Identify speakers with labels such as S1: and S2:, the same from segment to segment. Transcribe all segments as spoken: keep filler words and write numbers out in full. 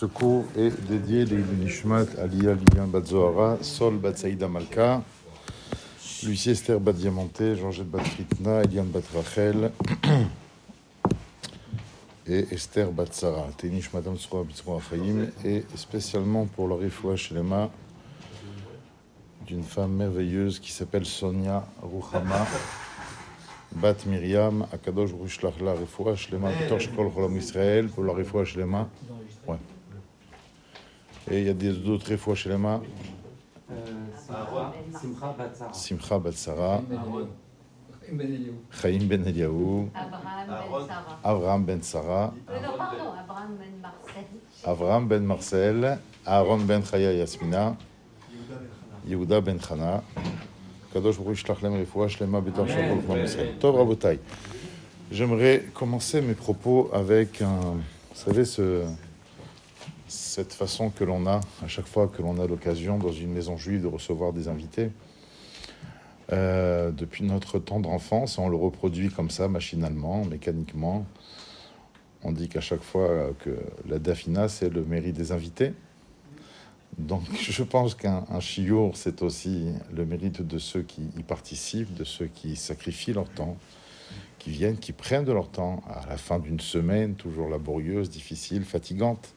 S1: Ce cours est dédié les Nishmat Aliyah Lilian Bat Zohara, Sol Bat Saïda Malka, Lucie Esther Bat Diamanté, Georgette Bat Fritna, Eliane Bat Rachel et Esther Bat Sarah. Ténish Madame Sroa Bitzroa Chaim, et spécialement pour le Refoua Shlema d'une femme merveilleuse qui s'appelle Sonia Rouchama Bat Miriam, Akadosh Rushlach la Refoua Shlema, Bitor Shkol Cholam Israël, pour la Refoua Shlema. Ouais. Et il y a des d'autres Refoua Shlema. Simcha Bat Sarah, Chaim Ben Eliyahu, Avraham Ben Sarah, Avraham Ben Marcel, Aaron Ben Chaya Yasmina, Yehuda Ben Chana, Kadosh Baruch Hu Yishlach Lem Refoua Shlema B'Tor Shel Kol Israël. Tov Rabotai. J'aimerais commencer mes propos avec un, vous savez, ce, cette façon que l'on a à chaque fois que l'on a l'occasion dans une maison juive de recevoir des invités. Euh, depuis notre tendre enfance, on le reproduit comme ça, machinalement, mécaniquement. On dit qu'à chaque fois que la dafina, c'est le mérite des invités. Donc je pense qu'un un chiour, c'est aussi le mérite de ceux qui y participent, de ceux qui sacrifient leur temps, qui viennent, qui prennent de leur temps à la fin d'une semaine, toujours laborieuse, difficile, fatigante.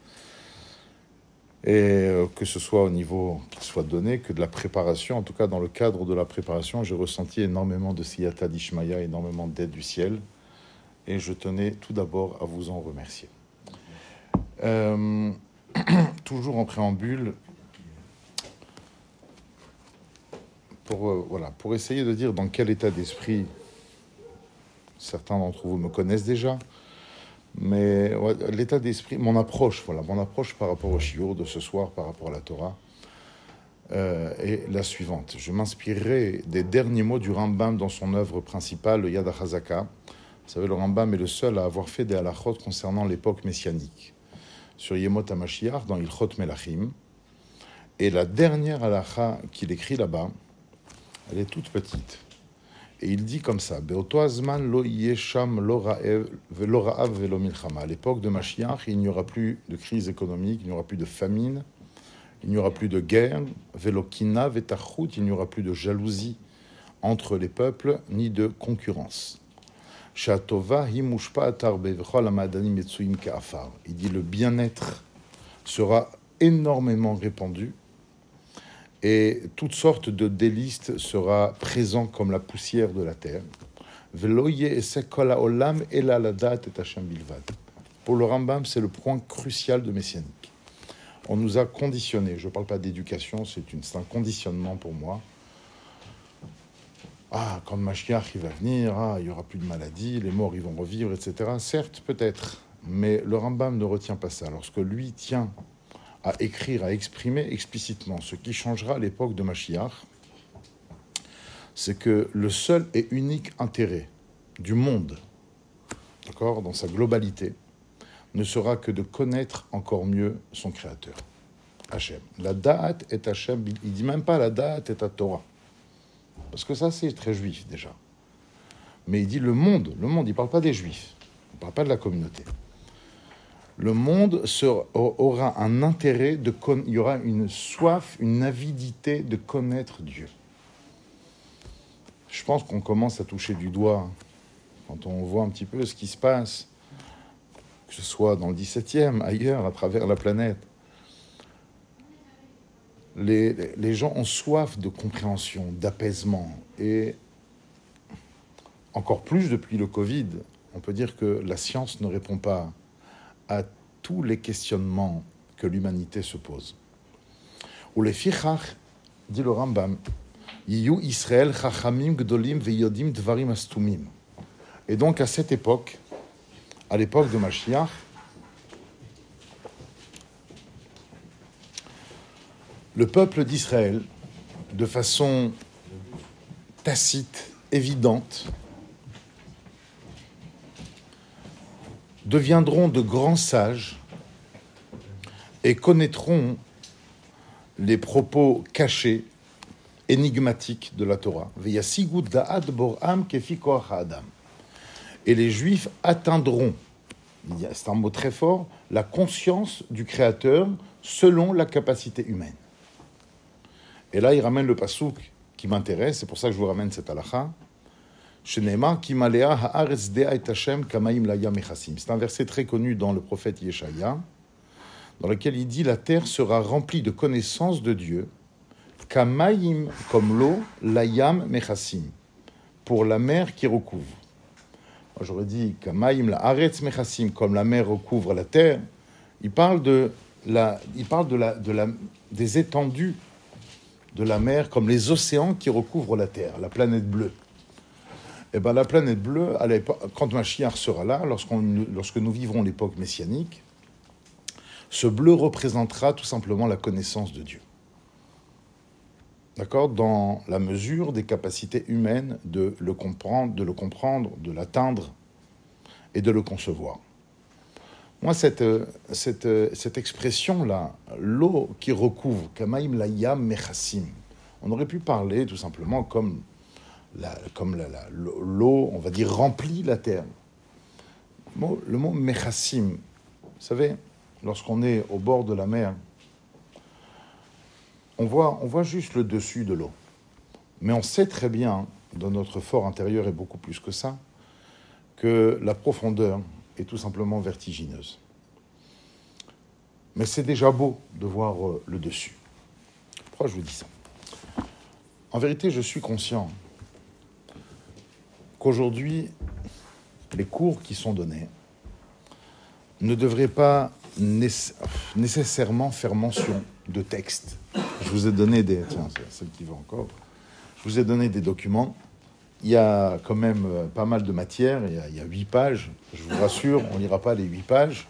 S1: Et que ce soit au niveau qu'il soit donné, que de la préparation, en tout cas dans le cadre de la préparation, j'ai ressenti énormément de siyata d'Ishmaya, énormément d'aide du ciel, et je tenais tout d'abord à vous en remercier. Euh, toujours en préambule, pour, euh, voilà, pour essayer de dire dans quel état d'esprit certains d'entre vous me connaissent déjà, mais ouais, l'état d'esprit, mon approche, voilà, mon approche par rapport au shiur de ce soir, par rapport à la Torah, euh, est la suivante. Je m'inspirerai des derniers mots du Rambam dans son œuvre principale, le Yad HaChazaka. Vous savez, le Rambam est le seul à avoir fait des halachot concernant l'époque messianique. Sur Yemot HaMashiach, dans Ilchot Melachim. Et la dernière halacha qu'il écrit là-bas, elle est toute petite. Et il dit comme ça, à l'époque de Mashiach, il n'y aura plus de crise économique, il n'y aura plus de famine, il n'y aura plus de guerre, velokina vetachut, il n'y aura plus de jalousie entre les peuples, ni de concurrence. Il dit le bien-être sera énormément répandu, et toutes sortes de délices sera présent comme la poussière de la terre. Pour le Rambam, c'est le point crucial de messianique. On nous a conditionnés, je ne parle pas d'éducation, c'est, une, c'est un conditionnement pour moi. Ah, quand Mashiach il va venir, ah, il n'y aura plus de maladies, les morts ils vont revivre, et cetera. Certes, peut-être, mais le Rambam ne retient pas ça. Lorsque lui tient à écrire, à exprimer explicitement ce qui changera à l'époque de Mashiach, c'est que le seul et unique intérêt du monde, d'accord, dans sa globalité, ne sera que de connaître encore mieux son Créateur, Hachem. La da'at est Hachem, il ne dit même pas la da'at est à Torah, parce que ça c'est très juif déjà. Mais il dit le monde, le monde, il ne parle pas des juifs, il ne parle pas de la communauté. Le monde sera, aura un intérêt, de con, il y aura une soif, une avidité de connaître Dieu. Je pense qu'on commence à toucher du doigt, quand on voit un petit peu ce qui se passe, que ce soit dans le dix-septième, ailleurs, à travers la planète. Les, les gens ont soif de compréhension, d'apaisement, et encore plus depuis le Covid, on peut dire que la science ne répond pas à tous les questionnements que l'humanité se pose. Ou les fichach, dit le Rambam, Yiyu Israël chachamim gdolim veyodim dvarim astumim. Et donc à cette époque, à l'époque de Mashiach, le peuple d'Israël, de façon tacite, évidente, deviendront de grands sages et connaîtront les propos cachés, énigmatiques de la Torah. Et les Juifs atteindront c'est un mot très fort, la conscience du Créateur selon la capacité humaine. Et là, il ramène le pasouk qui m'intéresse, c'est pour ça que je vous ramène cette halakha. C'est un verset très connu dans le prophète Yeshaya, dans lequel il dit « La terre sera remplie de connaissances de Dieu, kamaim, comme l'eau, layam mechassim, pour la mer qui recouvre. » Moi, j'aurais dit « Kamaim la aretz mechassim », comme la mer recouvre la terre. Il parle, de la, il parle de la, de la, des étendues de la mer, comme les océans qui recouvrent la terre, la planète bleue. Eh bien, la planète bleue, quand Mashiach sera là, lorsqu'on, lorsque nous vivrons l'époque messianique, ce bleu représentera tout simplement la connaissance de Dieu. D'accord ? Dans la mesure des capacités humaines de le comprendre, de le comprendre, de l'atteindre et de le concevoir. Moi, cette, cette, cette expression-là, l'eau qui recouvre, Kamaim layam mechassim, on aurait pu parler tout simplement comme, la, comme la, la, l'eau, on va dire, remplit la terre. Le mot, le mot mechassim, vous savez, lorsqu'on est au bord de la mer, on voit, on voit juste le dessus de l'eau. Mais on sait très bien, dans notre fort intérieur et beaucoup plus que ça, que la profondeur est tout simplement vertigineuse. Mais c'est déjà beau de voir euh, le dessus. Pourquoi je vous dis ça ? En vérité, je suis conscient qu'aujourd'hui, les cours qui sont donnés ne devraient pas nécess- nécessairement faire mention de textes. Je vous ai donné des... Tiens, c'est celle qui va encore. Je vous ai donné des documents. Il y a quand même pas mal de matière. Il y a, il y a huit pages. Je vous rassure, on ne lira pas les huit pages.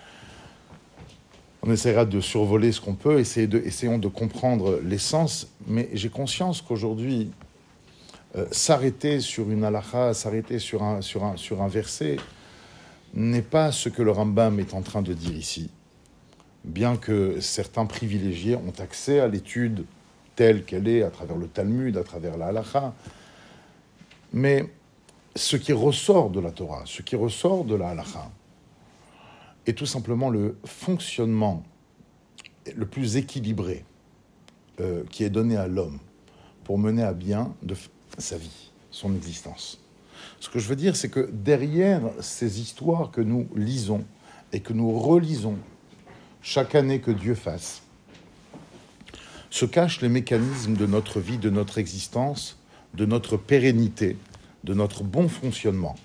S1: On essaiera de survoler ce qu'on peut. Essayer de, essayons de comprendre l'essence. Mais j'ai conscience qu'aujourd'hui, euh, s'arrêter sur une halakha, s'arrêter sur un, sur un, sur un verset, n'est pas ce que le Rambam est en train de dire ici. Bien que certains privilégiés ont accès à l'étude telle qu'elle est, à travers le Talmud, à travers la halakha. Mais ce qui ressort de la Torah, ce qui ressort de la halakha, est tout simplement le fonctionnement le plus équilibré euh, qui est donné à l'homme pour mener à bien de f- sa vie, son existence. Ce que je veux dire, c'est que derrière ces histoires que nous lisons et que nous relisons chaque année que Dieu fasse, se cachent les mécanismes de notre vie, de notre existence, de notre pérennité, de notre bon fonctionnement.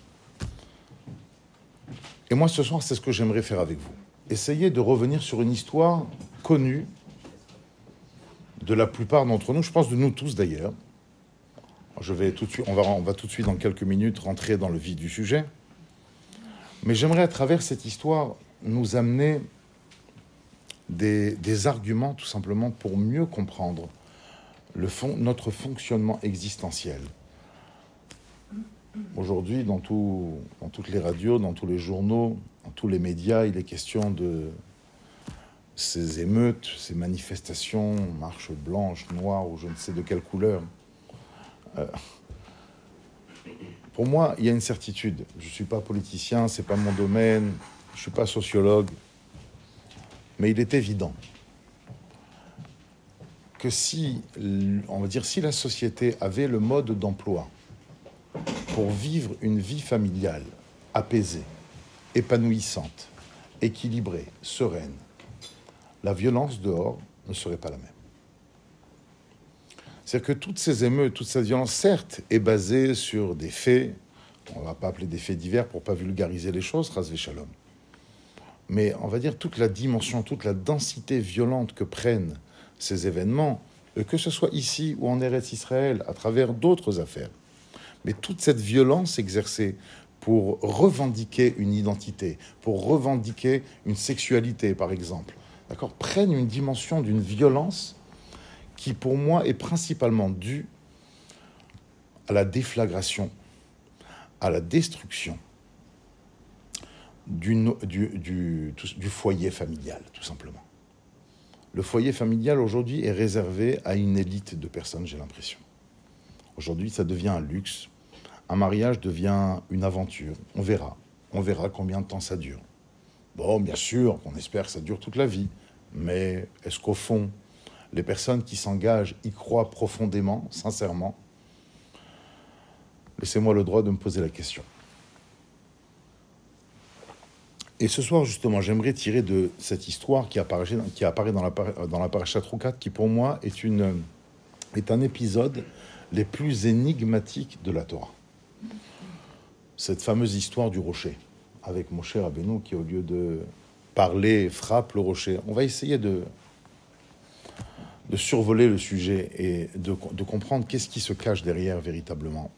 S1: Et moi, ce soir, c'est ce que j'aimerais faire avec vous. Essayer de revenir sur une histoire connue de la plupart d'entre nous, je pense de nous tous d'ailleurs. Je vais tout de suite, on va, on va tout de suite, dans quelques minutes, rentrer dans le vif du sujet. Mais j'aimerais, à travers cette histoire, nous amener des, des arguments, tout simplement, pour mieux comprendre le fond, notre fonctionnement existentiel. Aujourd'hui, dans, tout, dans toutes les radios, dans tous les journaux, dans tous les médias, il est question de ces émeutes, ces manifestations, marches blanches, noires, ou je ne sais de quelle couleur. Euh, pour moi, il y a une certitude. Je ne suis pas politicien, ce n'est pas mon domaine, je ne suis pas sociologue. Mais il est évident que si, on va dire, si la société avait le mode d'emploi pour vivre une vie familiale apaisée, épanouissante, équilibrée, sereine, la violence dehors ne serait pas la même. C'est-à-dire que toutes ces émeutes, toute cette violence, certes, est basée sur des faits, on ne va pas appeler des faits divers pour ne pas vulgariser les choses, ras v'shalom. Mais on va dire toute la dimension, toute la densité violente que prennent ces événements, que ce soit ici ou en Eretz Israël, à travers d'autres affaires. Mais toute cette violence exercée pour revendiquer une identité, pour revendiquer une sexualité, par exemple, d'accord, prennent une dimension d'une violence qui, pour moi, est principalement due à la déflagration, à la destruction du, du, du, du foyer familial, tout simplement. Le foyer familial, aujourd'hui, est réservé à une élite de personnes, j'ai l'impression. Aujourd'hui, ça devient un luxe. Un mariage devient une aventure. On verra. On verra combien de temps ça dure. Bon, bien sûr, on espère que ça dure toute la vie, mais est-ce qu'au fond, les personnes qui s'engagent y croient profondément, sincèrement? Laissez-moi le droit de me poser la question. Et ce soir, justement, j'aimerais tirer de cette histoire qui apparaît, qui apparaît dans la, dans la paracha Troukat, qui pour moi est, une, est un épisode les plus énigmatiques de la Torah. Cette fameuse histoire du rocher, avec Moshe Rabbeinu qui, au lieu de parler, frappe le rocher. On va essayer de, de survoler le sujet et de, de comprendre qu'est-ce qui se cache derrière véritablement.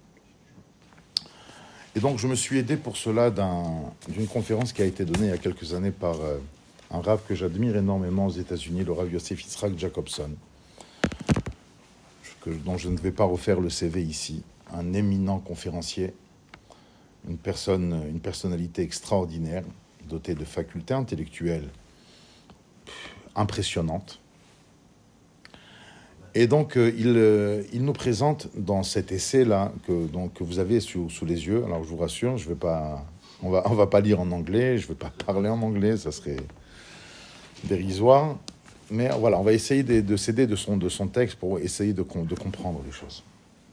S1: Et donc, je me suis aidé pour cela d'un, d'une conférence qui a été donnée il y a quelques années par euh, un rav que j'admire énormément aux États-Unis, le rav Yosef Yitzhak Jacobson, que, dont je ne vais pas refaire le C V ici, un éminent conférencier, une personne, une personnalité extraordinaire, dotée de facultés intellectuelles impressionnantes. Et donc, euh, il, euh, il nous présente dans cet essai-là, que, donc, que vous avez sous, sous les yeux. Alors, je vous rassure, je vais pas, on va, on va pas lire en anglais, je ne vais pas parler en anglais, ça serait dérisoire. Mais voilà, on va essayer de, de s'aider de son, de son texte pour essayer de, de comprendre les choses.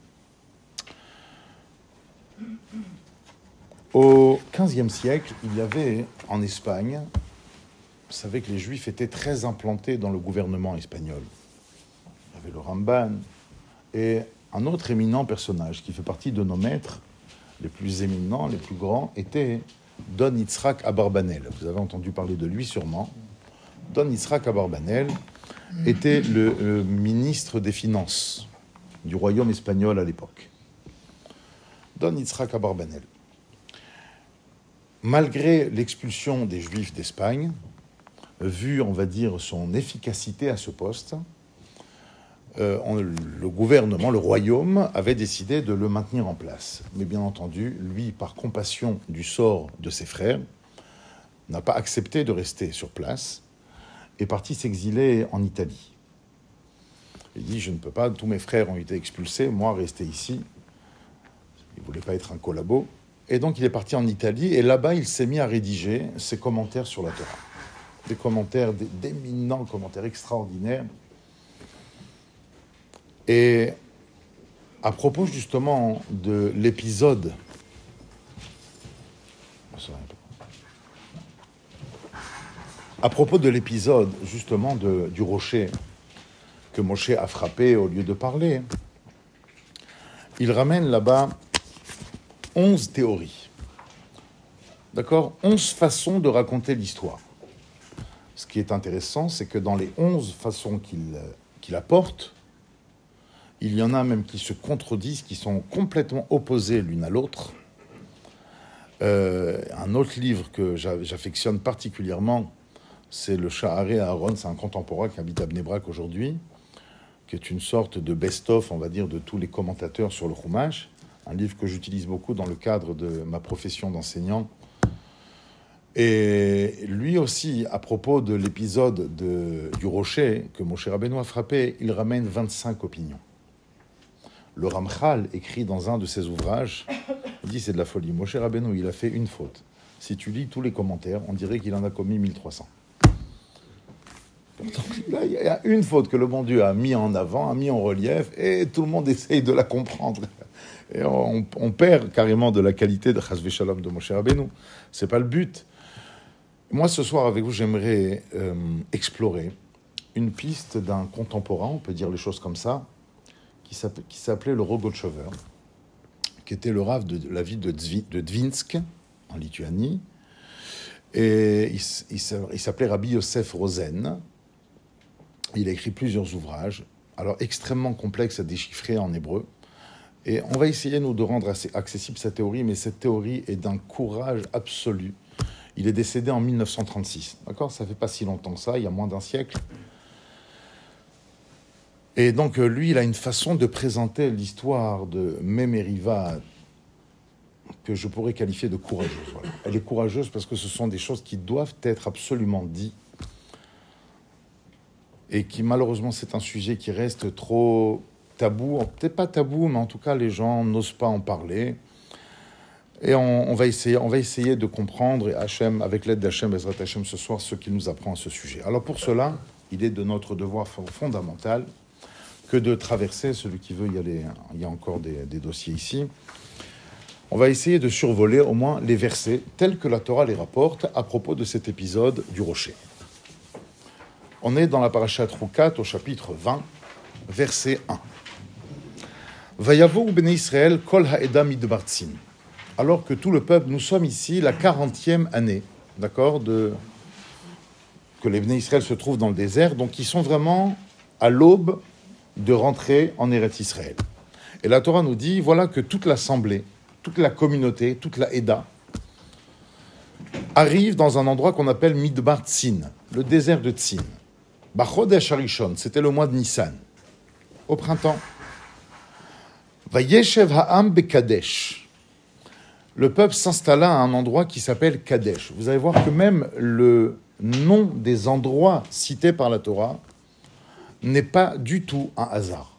S1: Au quinzième siècle, il y avait en Espagne, vous savez que les Juifs étaient très implantés dans le gouvernement espagnol. Il y avait le Ramban et un autre éminent personnage qui fait partie de nos maîtres les plus éminents, les plus grands, était Don Yitzhak Abarbanel. Vous avez entendu parler de lui sûrement. Don Yitzhak Abarbanel était le, le ministre des Finances du royaume espagnol à l'époque. Don Yitzhak Abarbanel. Malgré l'expulsion des Juifs d'Espagne, vu, on va dire, son efficacité à ce poste, euh, on, le gouvernement, le royaume, avait décidé de le maintenir en place. Mais bien entendu, lui, par compassion du sort de ses frères, n'a pas accepté de rester sur place, est parti s'exiler en Italie. Il dit, je ne peux pas, tous mes frères ont été expulsés, moi, rester ici. Il ne voulait pas être un collabo. Et donc, il est parti en Italie, et là-bas, il s'est mis à rédiger ses commentaires sur la Torah. Des commentaires, des, d'éminents commentaires extraordinaires. Et à propos, justement, de l'épisode... À propos de l'épisode, justement, de, du rocher que Moshe a frappé au lieu de parler, il ramène là-bas onze théories. D'accord ? Onze façons de raconter l'histoire. Ce qui est intéressant, c'est que dans les onze façons qu'il, qu'il apporte, il y en a même qui se contredisent, qui sont complètement opposées l'une à l'autre. Euh, un autre livre que j'affectionne particulièrement, c'est le Shaharei Aaron, c'est un contemporain qui habite à Bnei Brak aujourd'hui, qui est une sorte de best-of, on va dire, de tous les commentateurs sur le Chumash, un livre que j'utilise beaucoup dans le cadre de ma profession d'enseignant. Et lui aussi, à propos de l'épisode de, du rocher que Moshe Rabbeinu a frappé, il ramène vingt-cinq opinions. Le Ramchal écrit dans un de ses ouvrages, il dit c'est de la folie. Moshe Rabbeinu, il a fait une faute. Si tu lis tous les commentaires, on dirait qu'il en a commis mille trois cents. Pourtant, là, il y a une faute que le bon Dieu a mis en avant, a mis en relief, et tout le monde essaye de la comprendre. Et on, on perd carrément de la qualité de Chas v'Shalom de Moshe Rabbeinu. C'est pas le but. Moi, ce soir, avec vous, j'aimerais euh, explorer une piste d'un contemporain, on peut dire les choses comme ça, qui s'appelait, qui s'appelait le Rogochover, qui était le rav de la ville de, Dvi, de Dvinsk, en Lituanie. Et il, il, il s'appelait Rabbi Yosef Rosen. Il a écrit plusieurs ouvrages, alors extrêmement complexes à déchiffrer en hébreu. Et on va essayer, nous, de rendre assez accessible sa théorie, mais cette théorie est d'un courage absolu. Il est décédé en mille neuf cent trente-six, d'accord ? Ça fait pas si longtemps que ça, il y a moins d'un siècle. Et donc, lui, il a une façon de présenter l'histoire de Memeriva que je pourrais qualifier de courageuse. Voilà. Elle est courageuse parce que ce sont des choses qui doivent être absolument dites et qui, malheureusement, c'est un sujet qui reste trop tabou. Peut-être pas tabou, mais en tout cas, les gens n'osent pas en parler. Et on, on, va essayer, on va essayer de comprendre, et Hachem, avec l'aide d'Hachem, Bezrat Hachem, ce soir, ce qu'il nous apprend à ce sujet. Alors pour cela, il est de notre devoir fondamental que de traverser, celui qui veut y aller, il y a encore des, des dossiers ici. On va essayer de survoler au moins les versets tels que la Torah les rapporte à propos de cet épisode du rocher. On est dans la parashat Rukat au chapitre vingt, verset un. Vayavo bnei Israël kol ha'eda midbar tzin. Alors que tout le peuple, nous sommes ici la quarantième année, d'accord, de que les bnei Israël se trouvent dans le désert, donc ils sont vraiment à l'aube de rentrer en Eretz Israël. Et la Torah nous dit, voilà que toute l'assemblée, toute la communauté, toute la Eda, arrive dans un endroit qu'on appelle Midbar Tzin, le désert de Tzin. Bachodesh Harishon, c'était le mois de Nissan, au printemps. Vayeshev ha'am bekadesh. Le peuple s'installa à un endroit qui s'appelle Kadesh. Vous allez voir que même le nom des endroits cités par la Torah n'est pas du tout un hasard.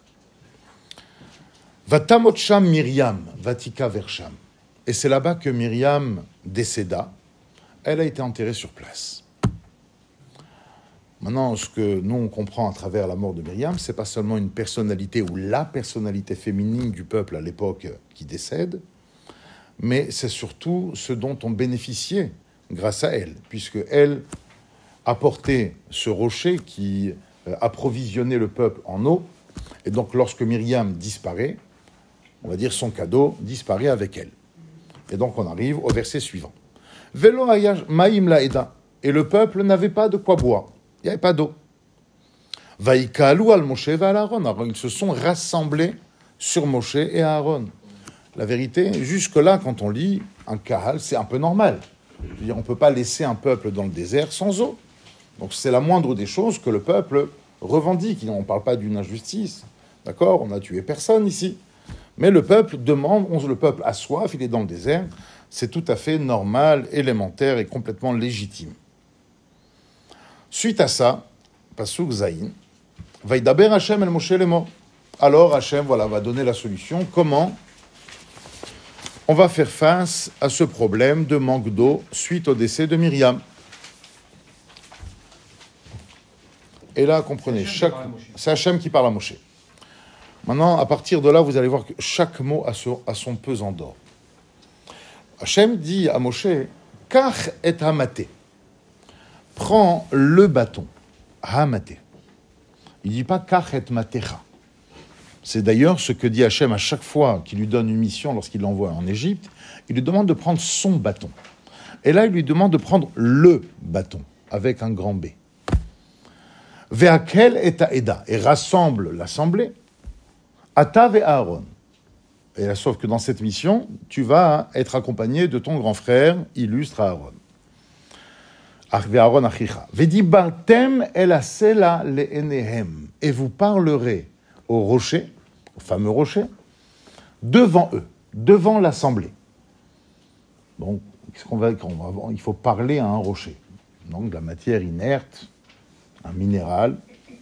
S1: Vatamot sham Myriam, vatika versham. Et c'est là-bas que Myriam décéda. Elle a été enterrée sur place. Maintenant, ce que nous on comprend à travers la mort de Myriam, c'est pas seulement une personnalité ou la personnalité féminine du peuple à l'époque qui décède, mais c'est surtout ce dont on bénéficiait grâce à elle, puisque elle apportait ce rocher qui euh, approvisionnait le peuple en eau, et donc lorsque Myriam disparaît, on va dire son cadeau disparaît avec elle. Et donc on arrive au verset suivant. Velo hayaj ma'im la'eda, et le peuple n'avait pas de quoi boire, il n'y avait pas d'eau. Vaïkalu al Moshe va al Aaron, alors ils se sont rassemblés sur Moshe et Aaron. La vérité, jusque-là, quand on lit un kahal, c'est un peu normal. Je veux dire, on ne peut pas laisser un peuple dans le désert sans eau. Donc c'est la moindre des choses que le peuple revendique. On ne parle pas d'une injustice, d'accord ? On n'a tué personne ici. Mais le peuple demande, on, le peuple a soif, il est dans le désert. C'est tout à fait normal, élémentaire et complètement légitime. Suite à ça, Pasuk Zayin, Vaidaber Hashem el Moshe lemo. Alors Hashem, voilà, va donner la solution. Comment on va faire face à ce problème de manque d'eau suite au décès de Myriam. Et là, comprenez, chaque... c'est Hachem qui parle à Moshe. Maintenant, à partir de là, vous allez voir que chaque mot a son, a son pesant d'or. Hachem dit à Moshe, « Kach et hamaté » prends le bâton, hamaté. Il ne dit pas « Kach et matecha ». C'est d'ailleurs ce que dit Hachem à chaque fois qu'il lui donne une mission lorsqu'il l'envoie en Égypte. Il lui demande de prendre son bâton. Et là, il lui demande de prendre le bâton, avec un grand B. Ve'akel et Eda, et rassemble l'assemblée. Atav et Aaron. Et là, sauf que dans cette mission, tu vas être accompagné de ton grand frère, illustre Aaron. Ve'Aaron achicha. Ve'dibartem el asela le'enehem. Et vous parlerez au rocher, au fameux rocher, devant eux, devant l'assemblée. Donc, qu'est-ce qu'on va, qu'on va, il faut parler à un rocher. Donc, de la matière inerte, un minéral.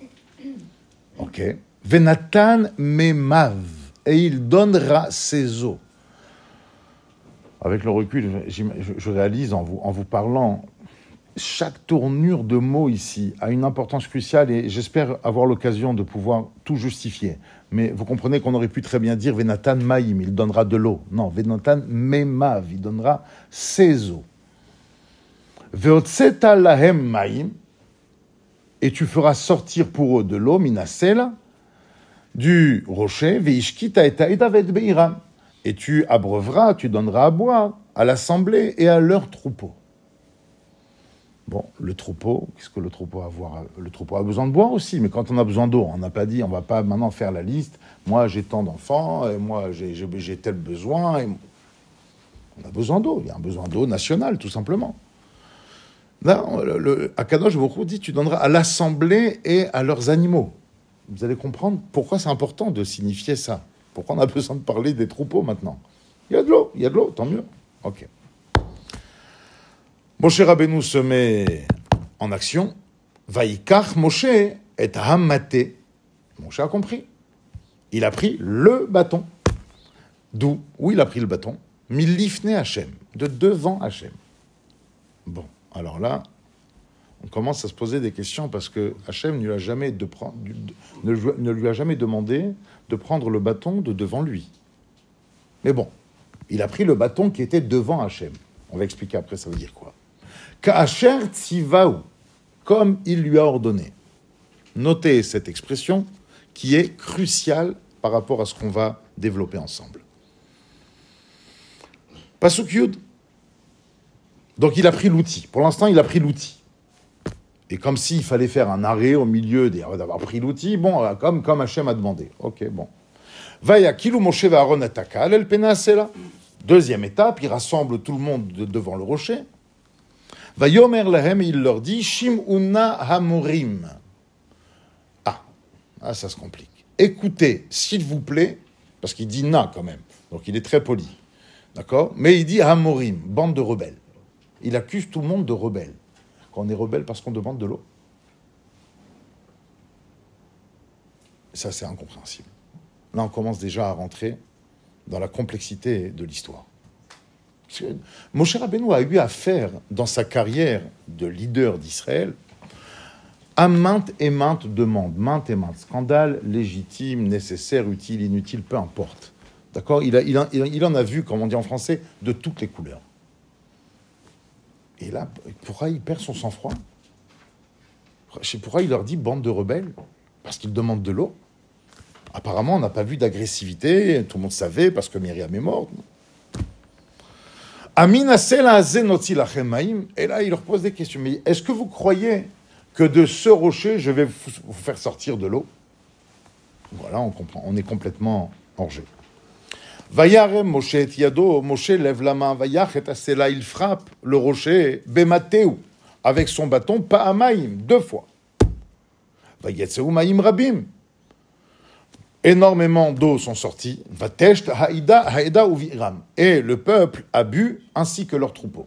S1: Ok. Venatan memav, et il donnera ses eaux. Avec le recul, je, je réalise en vous, en vous parlant, chaque tournure de mots ici a une importance cruciale et j'espère avoir l'occasion de pouvoir tout justifier. Mais vous comprenez qu'on aurait pu très bien dire Venatan Maïm, il donnera de l'eau. Non, Venatan Memav, il donnera ses eaux. Veotseta lahem Maïm, et tu feras sortir pour eux de l'eau, Minasela, du rocher, Veishkita et Taïda vet Beiram. Et tu abreuveras, tu donneras à boire à l'assemblée et à leur troupeau. Bon, le troupeau, qu'est-ce que le troupeau a à voir ? Le troupeau a besoin de boire aussi, mais quand on a besoin d'eau, on n'a pas dit, on ne va pas maintenant faire la liste. Moi, j'ai tant d'enfants, et moi, j'ai, j'ai, j'ai tel besoin. Et... On a besoin d'eau, il y a un besoin d'eau national, tout simplement. Là, le, le Akadosh Baruch Hu dit, tu donneras à l'assemblée et à leurs animaux. Vous allez comprendre pourquoi c'est important de signifier ça. Pourquoi on a besoin de parler des troupeaux maintenant ? Il y a de l'eau, il y a de l'eau, tant mieux. Ok. Moshe Rabbeinu se met en action. Vaïkach Moshe et hamaté. Moshe a compris. Il a pris le bâton. D'où ? Où il a pris le bâton ? Milifne Hachem, de devant Hachem. Bon, alors là, on commence à se poser des questions parce que Hachem ne lui a jamais, de prendre, ne, ne lui a jamais demandé de prendre le bâton de devant lui. Mais bon, il a pris le bâton qui était devant Hachem. On va expliquer après, ça veut dire quoi. Ka'asher tzivahu, comme il lui a ordonné. Notez cette expression qui est cruciale par rapport à ce qu'on va développer ensemble. Pasuk Yud. Donc il a pris l'outil. Pour l'instant, il a pris l'outil. Et comme s'il fallait faire un arrêt au milieu d'avoir pris l'outil, bon, comme, comme Hachem a demandé. Ok, bon. Vaya kilu Moshe va Aaron ataka el penasela. Deuxième étape, il rassemble tout le monde de, devant le rocher. Vayomer lahem, il leur dit Shim'una hamurim. Ah, ah, ça se complique. Écoutez, s'il vous plaît, parce qu'il dit na quand même, donc il est très poli, d'accord? Mais il dit hamurim, bande de rebelles. Il accuse tout le monde de rebelles. Quand on est rebelle parce qu'on demande de l'eau. Ça, c'est incompréhensible. Là, on commence déjà à rentrer dans la complexité de l'histoire. Moshe Rabbeinu a eu affaire, dans sa carrière de leader d'Israël, à maintes et maintes demandes, maintes et maintes scandales, légitimes, nécessaires, utiles, inutiles, peu importe. D'accord ? il, a, il, a, il en a vu, comme on dit en français, de toutes les couleurs. Et là, pourquoi il perd son sang-froid ? Je sais pourquoi il leur dit bande de rebelles ? Parce qu'ils demandent de l'eau. Apparemment, on n'a pas vu d'agressivité, tout le monde savait, parce que Myriam est morte. Et là, il leur pose des questions. Mais est-ce que vous croyez que de ce rocher, je vais vous faire sortir de l'eau ? Voilà, on comprend. On est complètement hors jeu. Vayarem Moshe et Yado, Moshe lève la main, Vayachet Asela, il frappe le rocher, Bemateu, avec son bâton, Pa'amaim, deux fois. Vayetzeu Maim Rabim. Énormément d'eau sont sorties. Vatesht Haïda Haïda Uviram. Et le peuple a bu, ainsi que leurs troupeaux.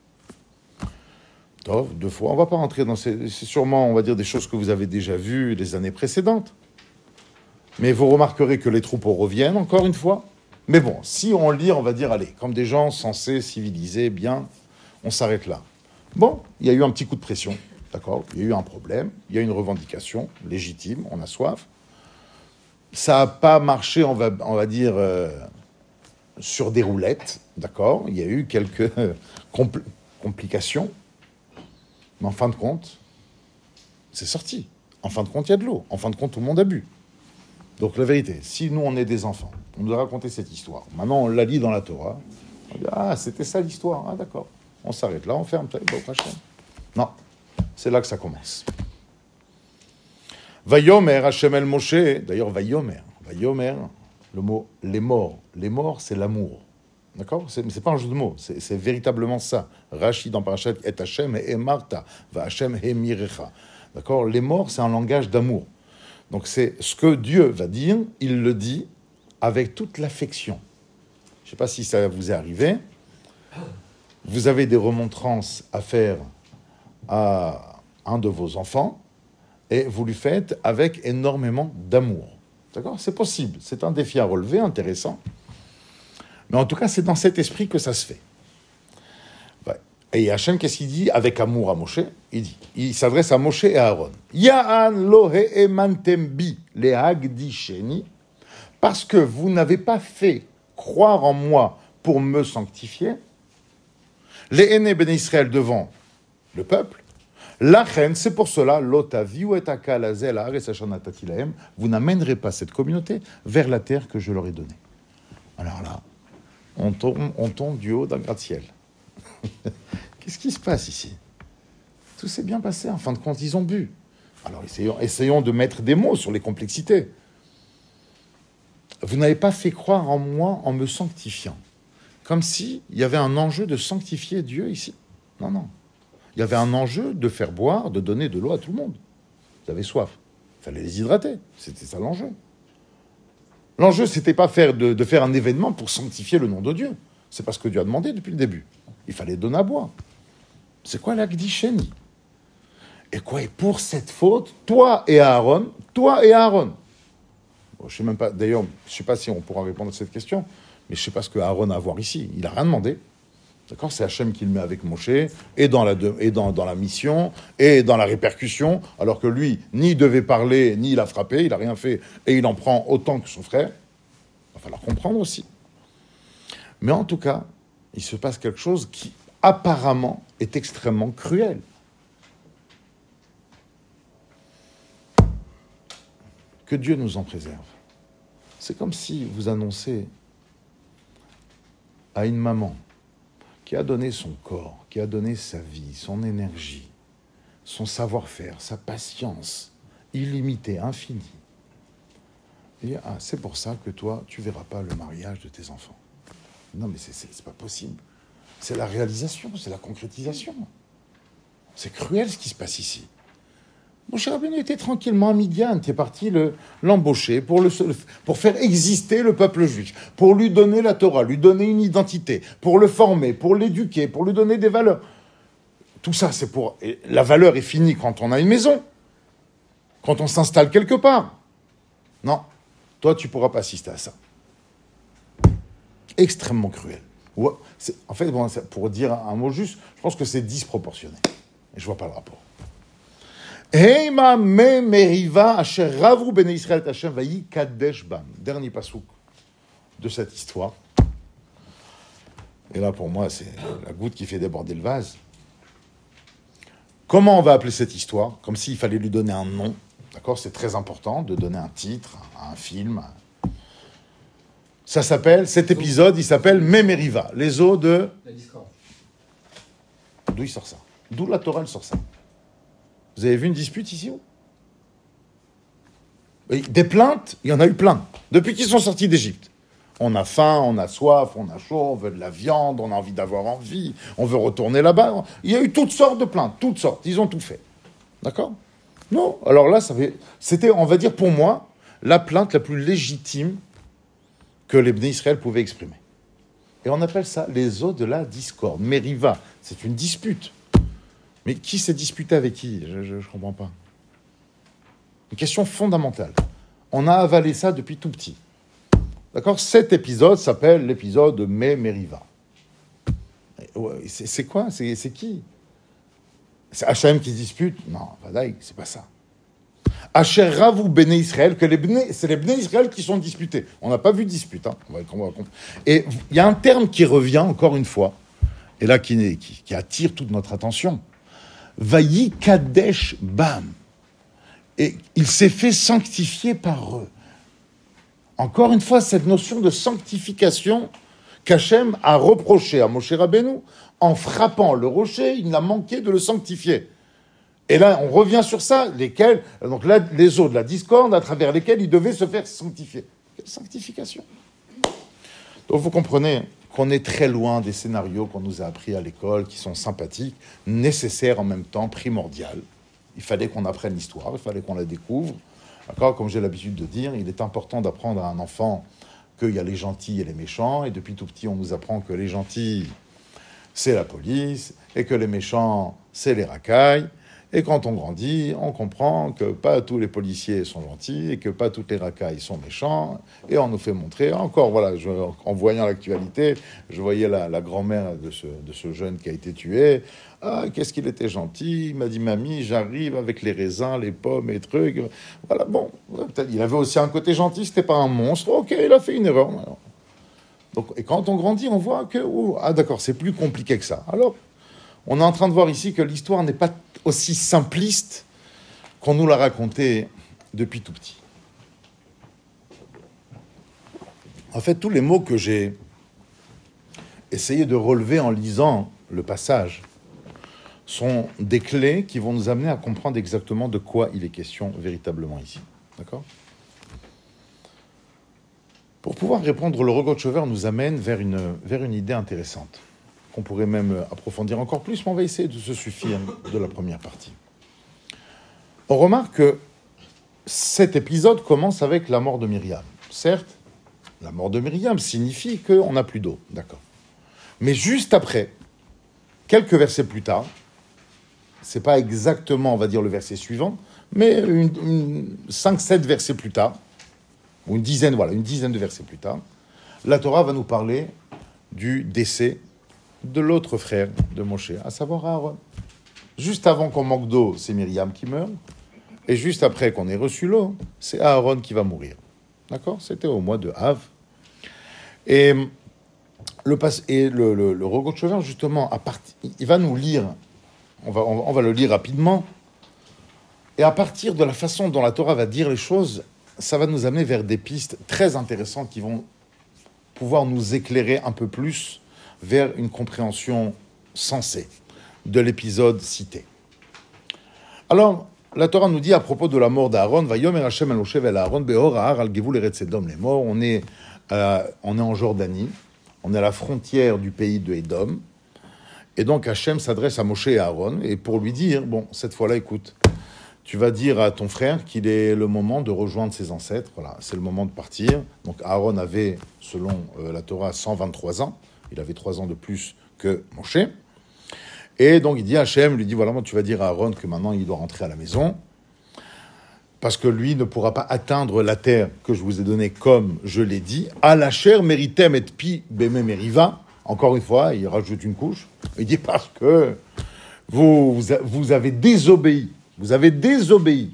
S1: Tov, deux fois. On ne va pas rentrer dans ces... C'est sûrement, on va dire, des choses que vous avez déjà vues les années précédentes. Mais vous remarquerez que les troupeaux reviennent, encore une fois. Mais bon, si on lit, on va dire, allez, comme des gens censés, civilisés, bien, on s'arrête là. Bon, il y a eu un petit coup de pression, d'accord ? Il y a eu un problème, il y a eu une revendication légitime, on a soif. Ça n'a pas marché, on va, on va dire, euh, sur des roulettes, d'accord ? Il y a eu quelques compl- complications. Mais en fin de compte, c'est sorti. En fin de compte, il y a de l'eau. En fin de compte, tout le monde a bu. Donc la vérité, si nous, on est des enfants, on nous a raconté cette histoire. Maintenant, on la lit dans la Torah. On dit, ah, c'était ça l'histoire. Ah, d'accord. On s'arrête là, on ferme. Non, c'est là que ça commence. Vayomer Hachem el Moshe. D'ailleurs, Vayomer. Vayomer, le mot les morts. Les morts, c'est l'amour. D'accord ? C'est, c'est pas un jeu de mots. C'est, c'est véritablement ça. Rashi dans Parashat et Hachem et Marta. Va Hachem et Mirecha. D'accord ? Les morts, c'est un langage d'amour. Donc c'est ce que Dieu va dire, il le dit avec toute l'affection. Je ne sais pas si ça vous est arrivé. Vous avez des remontrances à faire à un de vos enfants et vous lui faites avec énormément d'amour. D'accord ? C'est possible. C'est un défi à relever, intéressant. Mais en tout cas, c'est dans cet esprit que ça se fait. Et Hachem, qu'est-ce qu'il dit avec amour à Moshe ? Il dit, il s'adresse à Moshe et à Aaron. Ya'an lo he'emantem bi lehagdisheni, parce que vous n'avez pas fait croire en moi pour me sanctifier. Les aînés ben Israël devant le peuple. Lachen, c'est pour cela, lotaviu et akalazel haaretz asher natati lahem, vous n'amènerez pas cette communauté vers la terre que je leur ai donnée. Alors là, on tombe, on tombe du haut d'un gratte-ciel. Qu'est-ce qui se passe ici ? Tout s'est bien passé, en fin de compte, ils ont bu. Alors, essayons, essayons de mettre des mots sur les complexités. Vous n'avez pas fait croire en moi en me sanctifiant. Comme s'il y avait un enjeu de sanctifier Dieu ici. Non, non. Il y avait un enjeu de faire boire, de donner de l'eau à tout le monde. Vous avez soif. Il fallait les hydrater. C'était ça l'enjeu. L'enjeu, c'était pas faire de, de faire un événement pour sanctifier le nom de Dieu. C'est parce que Dieu a demandé depuis le début. Il fallait donner à boire. C'est quoi l'Agdisheni ? Et quoi ? Et pour cette faute, toi et Aaron, toi et Aaron. Bon, je sais même pas, d'ailleurs, je ne sais pas si on pourra répondre à cette question, Mais je ne sais pas ce que Aaron a à voir ici. Il n'a rien demandé. D'accord ? C'est Hachem qui le met avec Moshe, et, dans la, de, et dans, dans la mission, et dans la répercussion, alors que lui, ni il devait parler, ni il a frappé, il n'a rien fait, et il en prend autant que son frère. Il va falloir comprendre aussi. Mais en tout cas, il se passe quelque chose qui, apparemment, est extrêmement cruel. Que Dieu nous en préserve. C'est comme si vous annoncez à une maman qui a donné son corps, qui a donné sa vie, son énergie, son savoir-faire, sa patience, illimitée, infinie. Et ah, c'est pour ça que toi, tu ne verras pas le mariage de tes enfants. Non, mais c'est, c'est, c'est pas possible. C'est la réalisation, c'est la concrétisation. C'est cruel ce qui se passe ici. Moshe Rabbeinu était tranquillement à Midian, tu es parti le, l'embaucher pour, le, pour faire exister le peuple juif, pour lui donner la Torah, lui donner une identité, pour le former, pour l'éduquer, pour lui donner des valeurs. Tout ça, c'est pour... Et la valeur est finie quand on a une maison, quand on s'installe quelque part. Non, toi, tu ne pourras pas assister à ça. Extrêmement cruel. Ouais, c'est, en fait, bon, pour dire un mot juste, je pense que c'est disproportionné. Et je ne vois pas le rapport. Heima me meriva asher ravu bnei Israël et Hashem vayi kadesh bam. Dernier pasouk de cette histoire. Et là, pour moi, c'est la goutte qui fait déborder le vase. Comment on va appeler cette histoire ? Comme s'il fallait lui donner un nom. D'accord ? C'est très important de donner un titre à un film. Ça s'appelle, cet épisode, il s'appelle Memeriva, les eaux de...
S2: La discorde.
S1: D'où il sort ça ? D'où la Torah, elle sort ça ? Vous avez vu une dispute ici ? Des plaintes, il y en a eu plein. Depuis qu'ils sont sortis d'Égypte. On a faim, on a soif, on a chaud, on veut de la viande, on a envie d'avoir envie, on veut retourner là-bas. Il y a eu toutes sortes de plaintes, toutes sortes. Ils ont tout fait. D'accord ? Non. Alors là, ça fait... c'était, on va dire pour moi, la plainte la plus légitime que les Bnei Israël pouvaient exprimer. Et on appelle ça les eaux de la discorde. Meriva, c'est une dispute. Mais qui s'est disputé avec qui ? Je ne comprends pas. Une question fondamentale. On a avalé ça depuis tout petit. D'accord ? Cet épisode s'appelle l'épisode de Me Meriva. C'est, c'est quoi ? c'est, c'est qui ? C'est Hachem qui se dispute ? Non, Vadaï, c'est pas ça. Asher Ravu Bnei Israël, que les Bnei, c'est les Bnei Israël qui sont disputés. On n'a pas vu de dispute. Hein. On va, on va, et il y a un terme qui revient encore une fois, et là qui, qui, qui attire toute notre attention. Vayi Kadesh Bam. Et il s'est fait sanctifier par eux. Encore une fois, cette notion de sanctification qu'Hachem a reproché à Moshe Rabbeinu, en frappant le rocher, il n'a manqué de le sanctifier. Et là, on revient sur ça, lesquels, donc là, les eaux de la discorde, à travers lesquels il devait se faire sanctifier. Quelle sanctification ? Donc vous comprenez qu'on est très loin des scénarios qu'on nous a appris à l'école, qui sont sympathiques, nécessaires en même temps, primordiales. Il fallait qu'on apprenne l'histoire, il fallait qu'on la découvre. D'accord ? Comme j'ai l'habitude de dire, il est important d'apprendre à un enfant qu'il y a les gentils et les méchants, et depuis tout petit, on nous apprend que les gentils, c'est la police, et que les méchants, c'est les racailles. Et quand on grandit, on comprend que pas tous les policiers sont gentils et que pas toutes les racailles sont méchants. Et on nous fait montrer, encore, voilà, je, en voyant l'actualité, je voyais la, la grand-mère de ce, de ce jeune qui a été tué. Ah, qu'est-ce qu'il était gentil. Il m'a dit, mamie, j'arrive avec les raisins, les pommes et trucs. Voilà, bon, peut-être, il avait aussi un côté gentil, c'était pas un monstre. Ok, il a fait une erreur. Donc, et quand on grandit, on voit que, oh, ah d'accord, c'est plus compliqué que ça. Alors, on est en train de voir ici que l'histoire n'est pas aussi simpliste qu'on nous l'a raconté depuis tout petit. En fait, tous les mots que j'ai essayé de relever en lisant le passage sont des clés qui vont nous amener à comprendre exactement de quoi il est question véritablement ici. D'accord ? Pour pouvoir répondre, le Rogatchover nous amène vers une, vers une idée intéressante, qu'on pourrait même approfondir encore plus, mais on va essayer de se suffire de la première partie. On remarque que cet épisode commence avec la mort de Myriam. Certes, la mort de Myriam signifie qu'on n'a plus d'eau, d'accord. Mais juste après, quelques versets plus tard, c'est pas exactement, on va dire, le verset suivant, mais une, une, cinq sept versets plus tard, ou une dizaine, voilà, une dizaine de versets plus tard, la Torah va nous parler du décès de l'autre frère de Moshe, à savoir Aaron. Juste avant qu'on manque d'eau, c'est Myriam qui meurt. Et juste après qu'on ait reçu l'eau, c'est Aaron qui va mourir. D'accord ? C'était au mois de Av. Et le, et le, le, le Rogot Chauvin, justement, à part, il va nous lire, on va, on, on va le lire rapidement, et à partir de la façon dont la Torah va dire les choses, ça va nous amener vers des pistes très intéressantes qui vont pouvoir nous éclairer un peu plus vers une compréhension sensée de l'épisode cité. Alors, la Torah nous dit à propos de la mort d'Aaron, Vayomer Hashem el Moshe vel Aaron behor ha'ar al gevul eretz Edom. Les morts, on est, euh, on est en Jordanie, on est à la frontière du pays de Édom, et donc Hashem s'adresse à Moshe et à Aaron, et pour lui dire, bon, cette fois-là, écoute, tu vas dire à ton frère qu'il est le moment de rejoindre ses ancêtres, voilà, c'est le moment de partir. Donc Aaron avait, selon euh, la Torah, cent vingt-trois ans, il avait trois ans de plus que Moshe. Et donc il dit à Hachem, lui dit, voilà, moi, tu vas dire à Aaron que maintenant il doit rentrer à la maison, parce que lui ne pourra pas atteindre la terre que je vous ai donnée comme je l'ai dit. À la chair méritem et pi beme meriva. Encore une fois, il rajoute une couche. Il dit parce que vous, vous avez désobéi. Vous avez désobéi.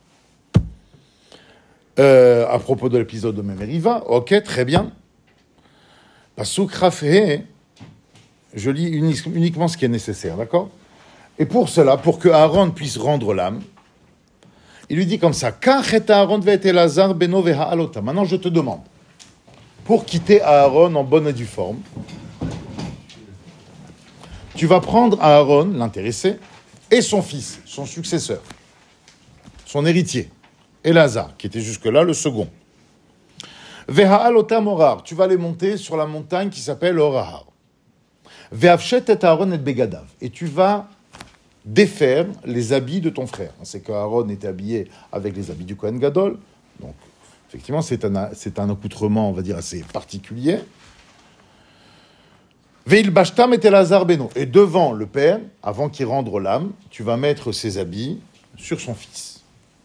S1: Euh, à propos de l'épisode de Memeriva, ok, très bien. Pasuk Rafé, je lis uniquement ce qui est nécessaire, d'accord ? Et pour cela, pour que Aaron puisse rendre l'âme, il lui dit comme ça, maintenant je te demande, pour quitter Aaron en bonne et due forme, tu vas prendre Aaron, l'intéressé, et son fils, son successeur, son héritier, Elazar, qui était jusque-là le second. Veha'alotam orar, tu vas les monter sur la montagne qui s'appelle Orahar. Ve'avshet et Aaron et begadav, et tu vas défaire les habits de ton frère. C'est qu'Aaron était habillé avec les habits du Kohen Gadol, donc effectivement c'est un, c'est un accoutrement, on va dire, assez particulier. Ve'il bashtam et Elazar beno, et devant le père, avant qu'il rende l'âme, tu vas mettre ses habits sur son fils.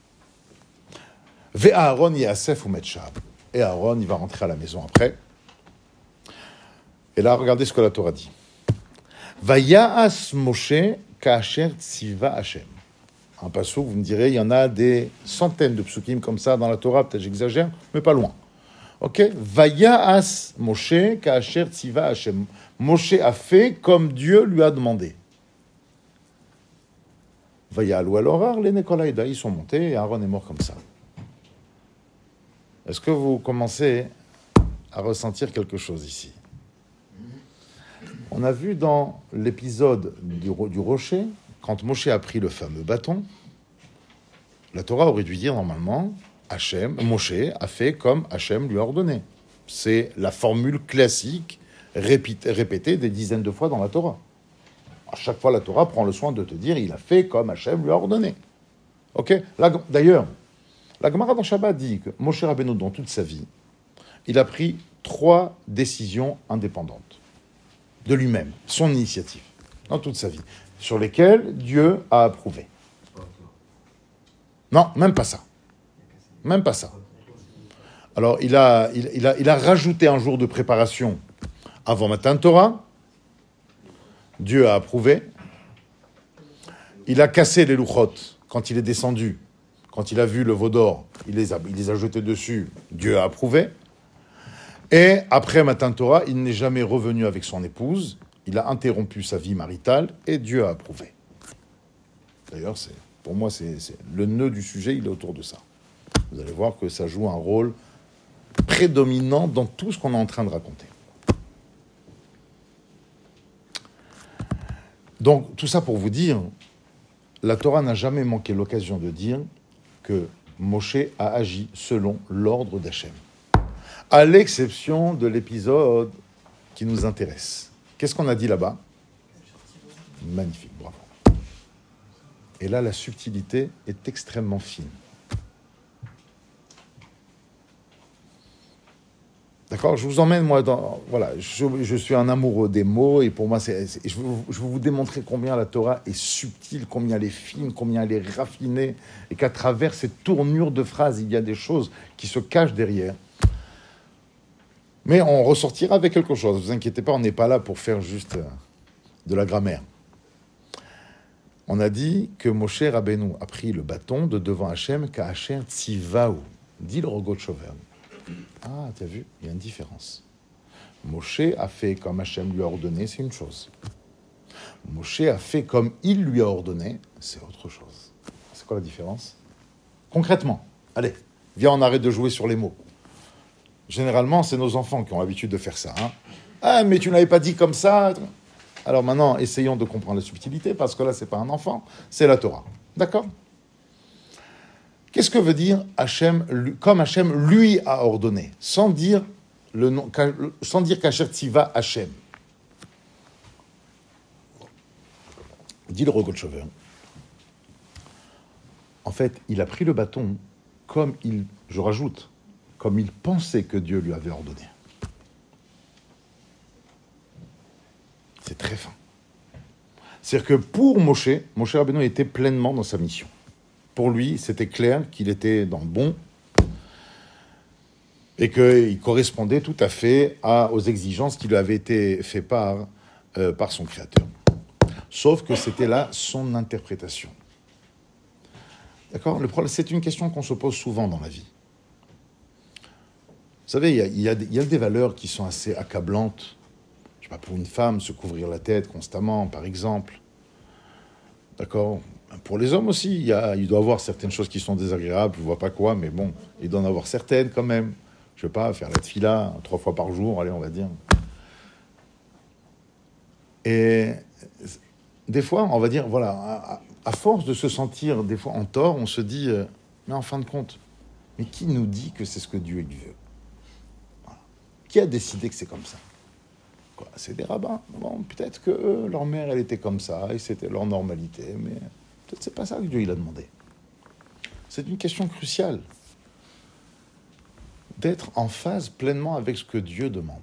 S1: Ve'Aaron yasef ou metchab, et Aaron il va rentrer à la maison après. Et là, regardez ce que la Torah dit. Vaya'as Moshe Ka'asher tsiva Hashem. Un passouk, vous me direz, il y en a des centaines de psukim comme ça dans la Torah, peut-être j'exagère, mais pas loin. Ok? Vaya'as Moshe Ka'asher tsiva Hashem. Moshe a fait comme Dieu lui a demandé. Vaya'alu al orar les Nekolaïda, ils sont montés et Aaron est mort comme ça. Est-ce que vous commencez à ressentir quelque chose ici? On a vu dans l'épisode du, du rocher, quand Moshe a pris le fameux bâton, la Torah aurait dû dire normalement, Hachem, Moshe a fait comme Hachem lui a ordonné. C'est la formule classique répétée, répétée des dizaines de fois dans la Torah. À chaque fois, la Torah prend le soin de te dire, il a fait comme Hachem lui a ordonné. Ok? Là, d'ailleurs, la Gemara dans Shabbat dit que Moshe Rabbeinu, dans toute sa vie, il a pris trois décisions indépendantes de lui-même, son initiative, dans toute sa vie, sur lesquelles Dieu a approuvé. Non, même pas ça. Même pas ça. Alors, il a, il, il a, il a rajouté un jour de préparation avant Matan Torah. Dieu a approuvé. Il a cassé les louchot quand il est descendu. Quand il a vu le veau d'or, il les a, il les a jetés dessus. Dieu a approuvé. Et après Matan Torah, il n'est jamais revenu avec son épouse. Il a interrompu sa vie maritale et Dieu a approuvé. D'ailleurs, c'est, pour moi, c'est, c'est le nœud du sujet, il est autour de ça. Vous allez voir que ça joue un rôle prédominant dans tout ce qu'on est en train de raconter. Donc, tout ça pour vous dire, la Torah n'a jamais manqué l'occasion de dire que Moshe a agi selon l'ordre d'Hachem. À l'exception de l'épisode qui nous intéresse. Qu'est-ce qu'on a dit là-bas? Magnifique, bravo. Et là, la subtilité est extrêmement fine. D'accord? Je vous emmène, moi, dans... Voilà, je, je suis un amoureux des mots, et pour moi, c'est, c'est, je, veux, je veux vous démontrer combien la Torah est subtile, combien elle est fine, combien elle est raffinée, et qu'à travers cette tournure de phrases, il y a des choses qui se cachent derrière. Mais on ressortira avec quelque chose. Ne vous inquiétez pas, on n'est pas là pour faire juste de la grammaire. On a dit que Moshe Rabbeinu a pris le bâton de devant Hachem, qu'Hachem tzivaou, dit le Rogot Shover. Ah, tu as vu, il y a une différence. Moshe a fait comme Hachem lui a ordonné, c'est une chose. Moshe a fait comme il lui a ordonné, c'est autre chose. C'est quoi la différence? Concrètement, allez, viens, on arrête de jouer sur les mots. Généralement, c'est nos enfants qui ont l'habitude de faire ça. Hein. Ah, mais tu ne l'avais pas dit comme ça. Alors maintenant, essayons de comprendre la subtilité, parce que là, ce n'est pas un enfant, c'est la Torah. D'accord? Qu'est-ce que veut dire Hachem, comme Hachem lui a ordonné, sans dire, le nom, sans dire qu'Hachem Tziva Hachem? Dit le Rogot Shover. En fait, il a pris le bâton comme il, je rajoute, comme il pensait que Dieu lui avait ordonné. C'est très fin. C'est-à-dire que pour Moshe, Moshe Rabbeinu était pleinement dans sa mission. Pour lui, c'était clair qu'il était dans le bon et qu'il correspondait tout à fait à, aux exigences qui lui avaient été faites par, euh, par son Créateur. Sauf que c'était là son interprétation. D'accord ? Le problème, c'est une question qu'on se pose souvent dans la vie. Vous savez, il y a, il y a, il y a des valeurs qui sont assez accablantes. Je ne sais pas, pour une femme, se couvrir la tête constamment, par exemple. D'accord ? Pour les hommes aussi, il, y a, il doit y avoir certaines choses qui sont désagréables, je ne vois pas quoi, mais bon, il doit en avoir certaines quand même. Je ne sais pas, faire la tefila trois fois par jour, allez, on va dire. Et des fois, on va dire, voilà, à, à force de se sentir des fois en tort, on se dit, euh, mais en fin de compte, mais qui nous dit que c'est ce que Dieu il veut ? Voilà. Qui a décidé que c'est comme ça ? Quoi, c'est des rabbins. Bon, peut-être que eux, leur mère, elle était comme ça, et c'était leur normalité, mais peut-être que c'est pas ça que Dieu il a demandé. C'est une question cruciale. D'être en phase pleinement avec ce que Dieu demande.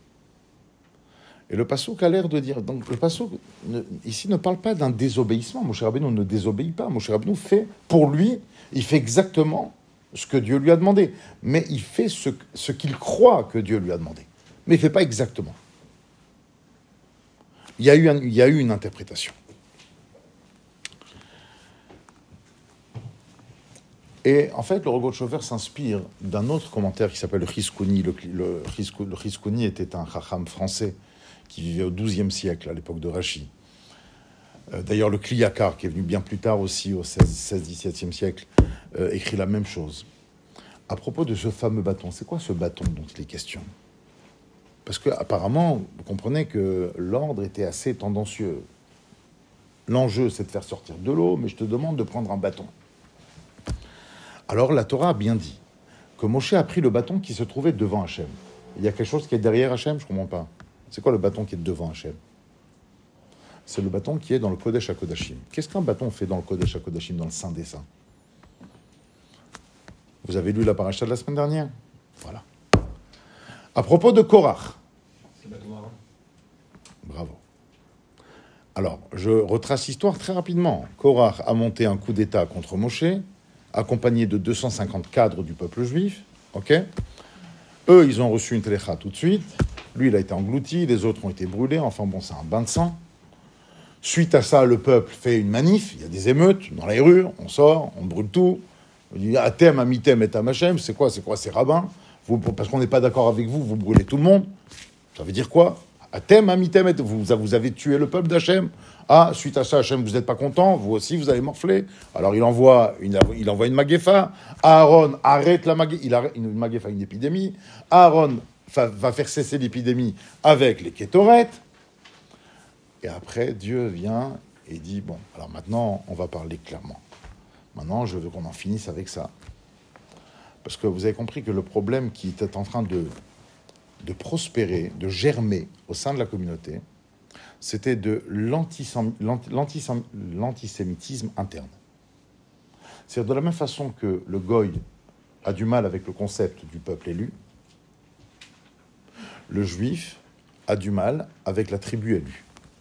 S1: Et le passouk a l'air de dire... Donc le passouk, ne, ici, ne parle pas d'un désobéissement. Moshe Rabbeinu ne désobéit pas. Moshe Rabbeinu fait, pour lui, il fait exactement ce que Dieu lui a demandé. Mais il fait ce, ce qu'il croit que Dieu lui a demandé. Mais il ne fait pas exactement. Il y a eu, un, il y a eu une interprétation. Et en fait, le Rogot Shover s'inspire d'un autre commentaire qui s'appelle le Chizkuni. Le, le, le Chizkuni était un chacham français qui vivait au douzième siècle, à l'époque de Rashi. Euh, d'ailleurs, le Kli Yakar, qui est venu bien plus tard aussi, au seizième dix-septième siècle, euh, écrit la même chose. À propos de ce fameux bâton, c'est quoi ce bâton dont il est question ? Parce qu'apparemment, vous comprenez que l'ordre était assez tendancieux. L'enjeu, c'est de faire sortir de l'eau, mais je te demande de prendre un bâton. Alors la Torah a bien dit que Moshe a pris le bâton qui se trouvait devant Hachem. Il y a quelque chose qui est derrière Hachem, je ne comprends pas. C'est quoi le bâton qui est devant Hachem ? C'est le bâton qui est dans le Kodesh HaKodashim. Qu'est-ce qu'un bâton fait dans le Kodesh HaKodashim, dans le Saint des Saints ? Vous avez lu la paracha de la semaine dernière ? Voilà. À propos de Korach. C'est le bâton marin. Bravo. Alors, je retrace l'histoire très rapidement. Korach a monté un coup d'État contre Moshe, accompagné de deux cent cinquante cadres du peuple juif. Ok ? Eux, ils ont reçu une télécha tout de suite. Lui, il a été englouti, les autres ont été brûlés. Enfin bon, c'est un bain de sang. Suite à ça, le peuple fait une manif. Il y a des émeutes dans les rues. On sort, on brûle tout. On dit « Atem, amitem et amachem ». C'est quoi ? C'est quoi ces rabbins ? Vous, parce qu'on n'est pas d'accord avec vous, vous brûlez tout le monde. Ça veut dire quoi ? Atem, amitem, vous, vous avez tué le peuple d'Hachem. Ah, suite à ça, Hachem, vous n'êtes pas content. Vous aussi, vous allez morfler. Alors, il envoie une, il envoie une maguefa. Aaron arrête la maguefa. Il arrête une maguefa, une épidémie. Aaron va, va faire cesser l'épidémie avec les kétorètes. Et après, Dieu vient et dit, bon, alors maintenant, on va parler clairement. Maintenant, je veux qu'on en finisse avec ça. Parce que vous avez compris que le problème qui était en train de, de prospérer, de germer au sein de la communauté, c'était de l'antisém, l'antisém, l'antisémitisme interne. C'est-à-dire de la même façon que le goy a du mal avec le concept du peuple élu, le juif a du mal avec la tribu élue.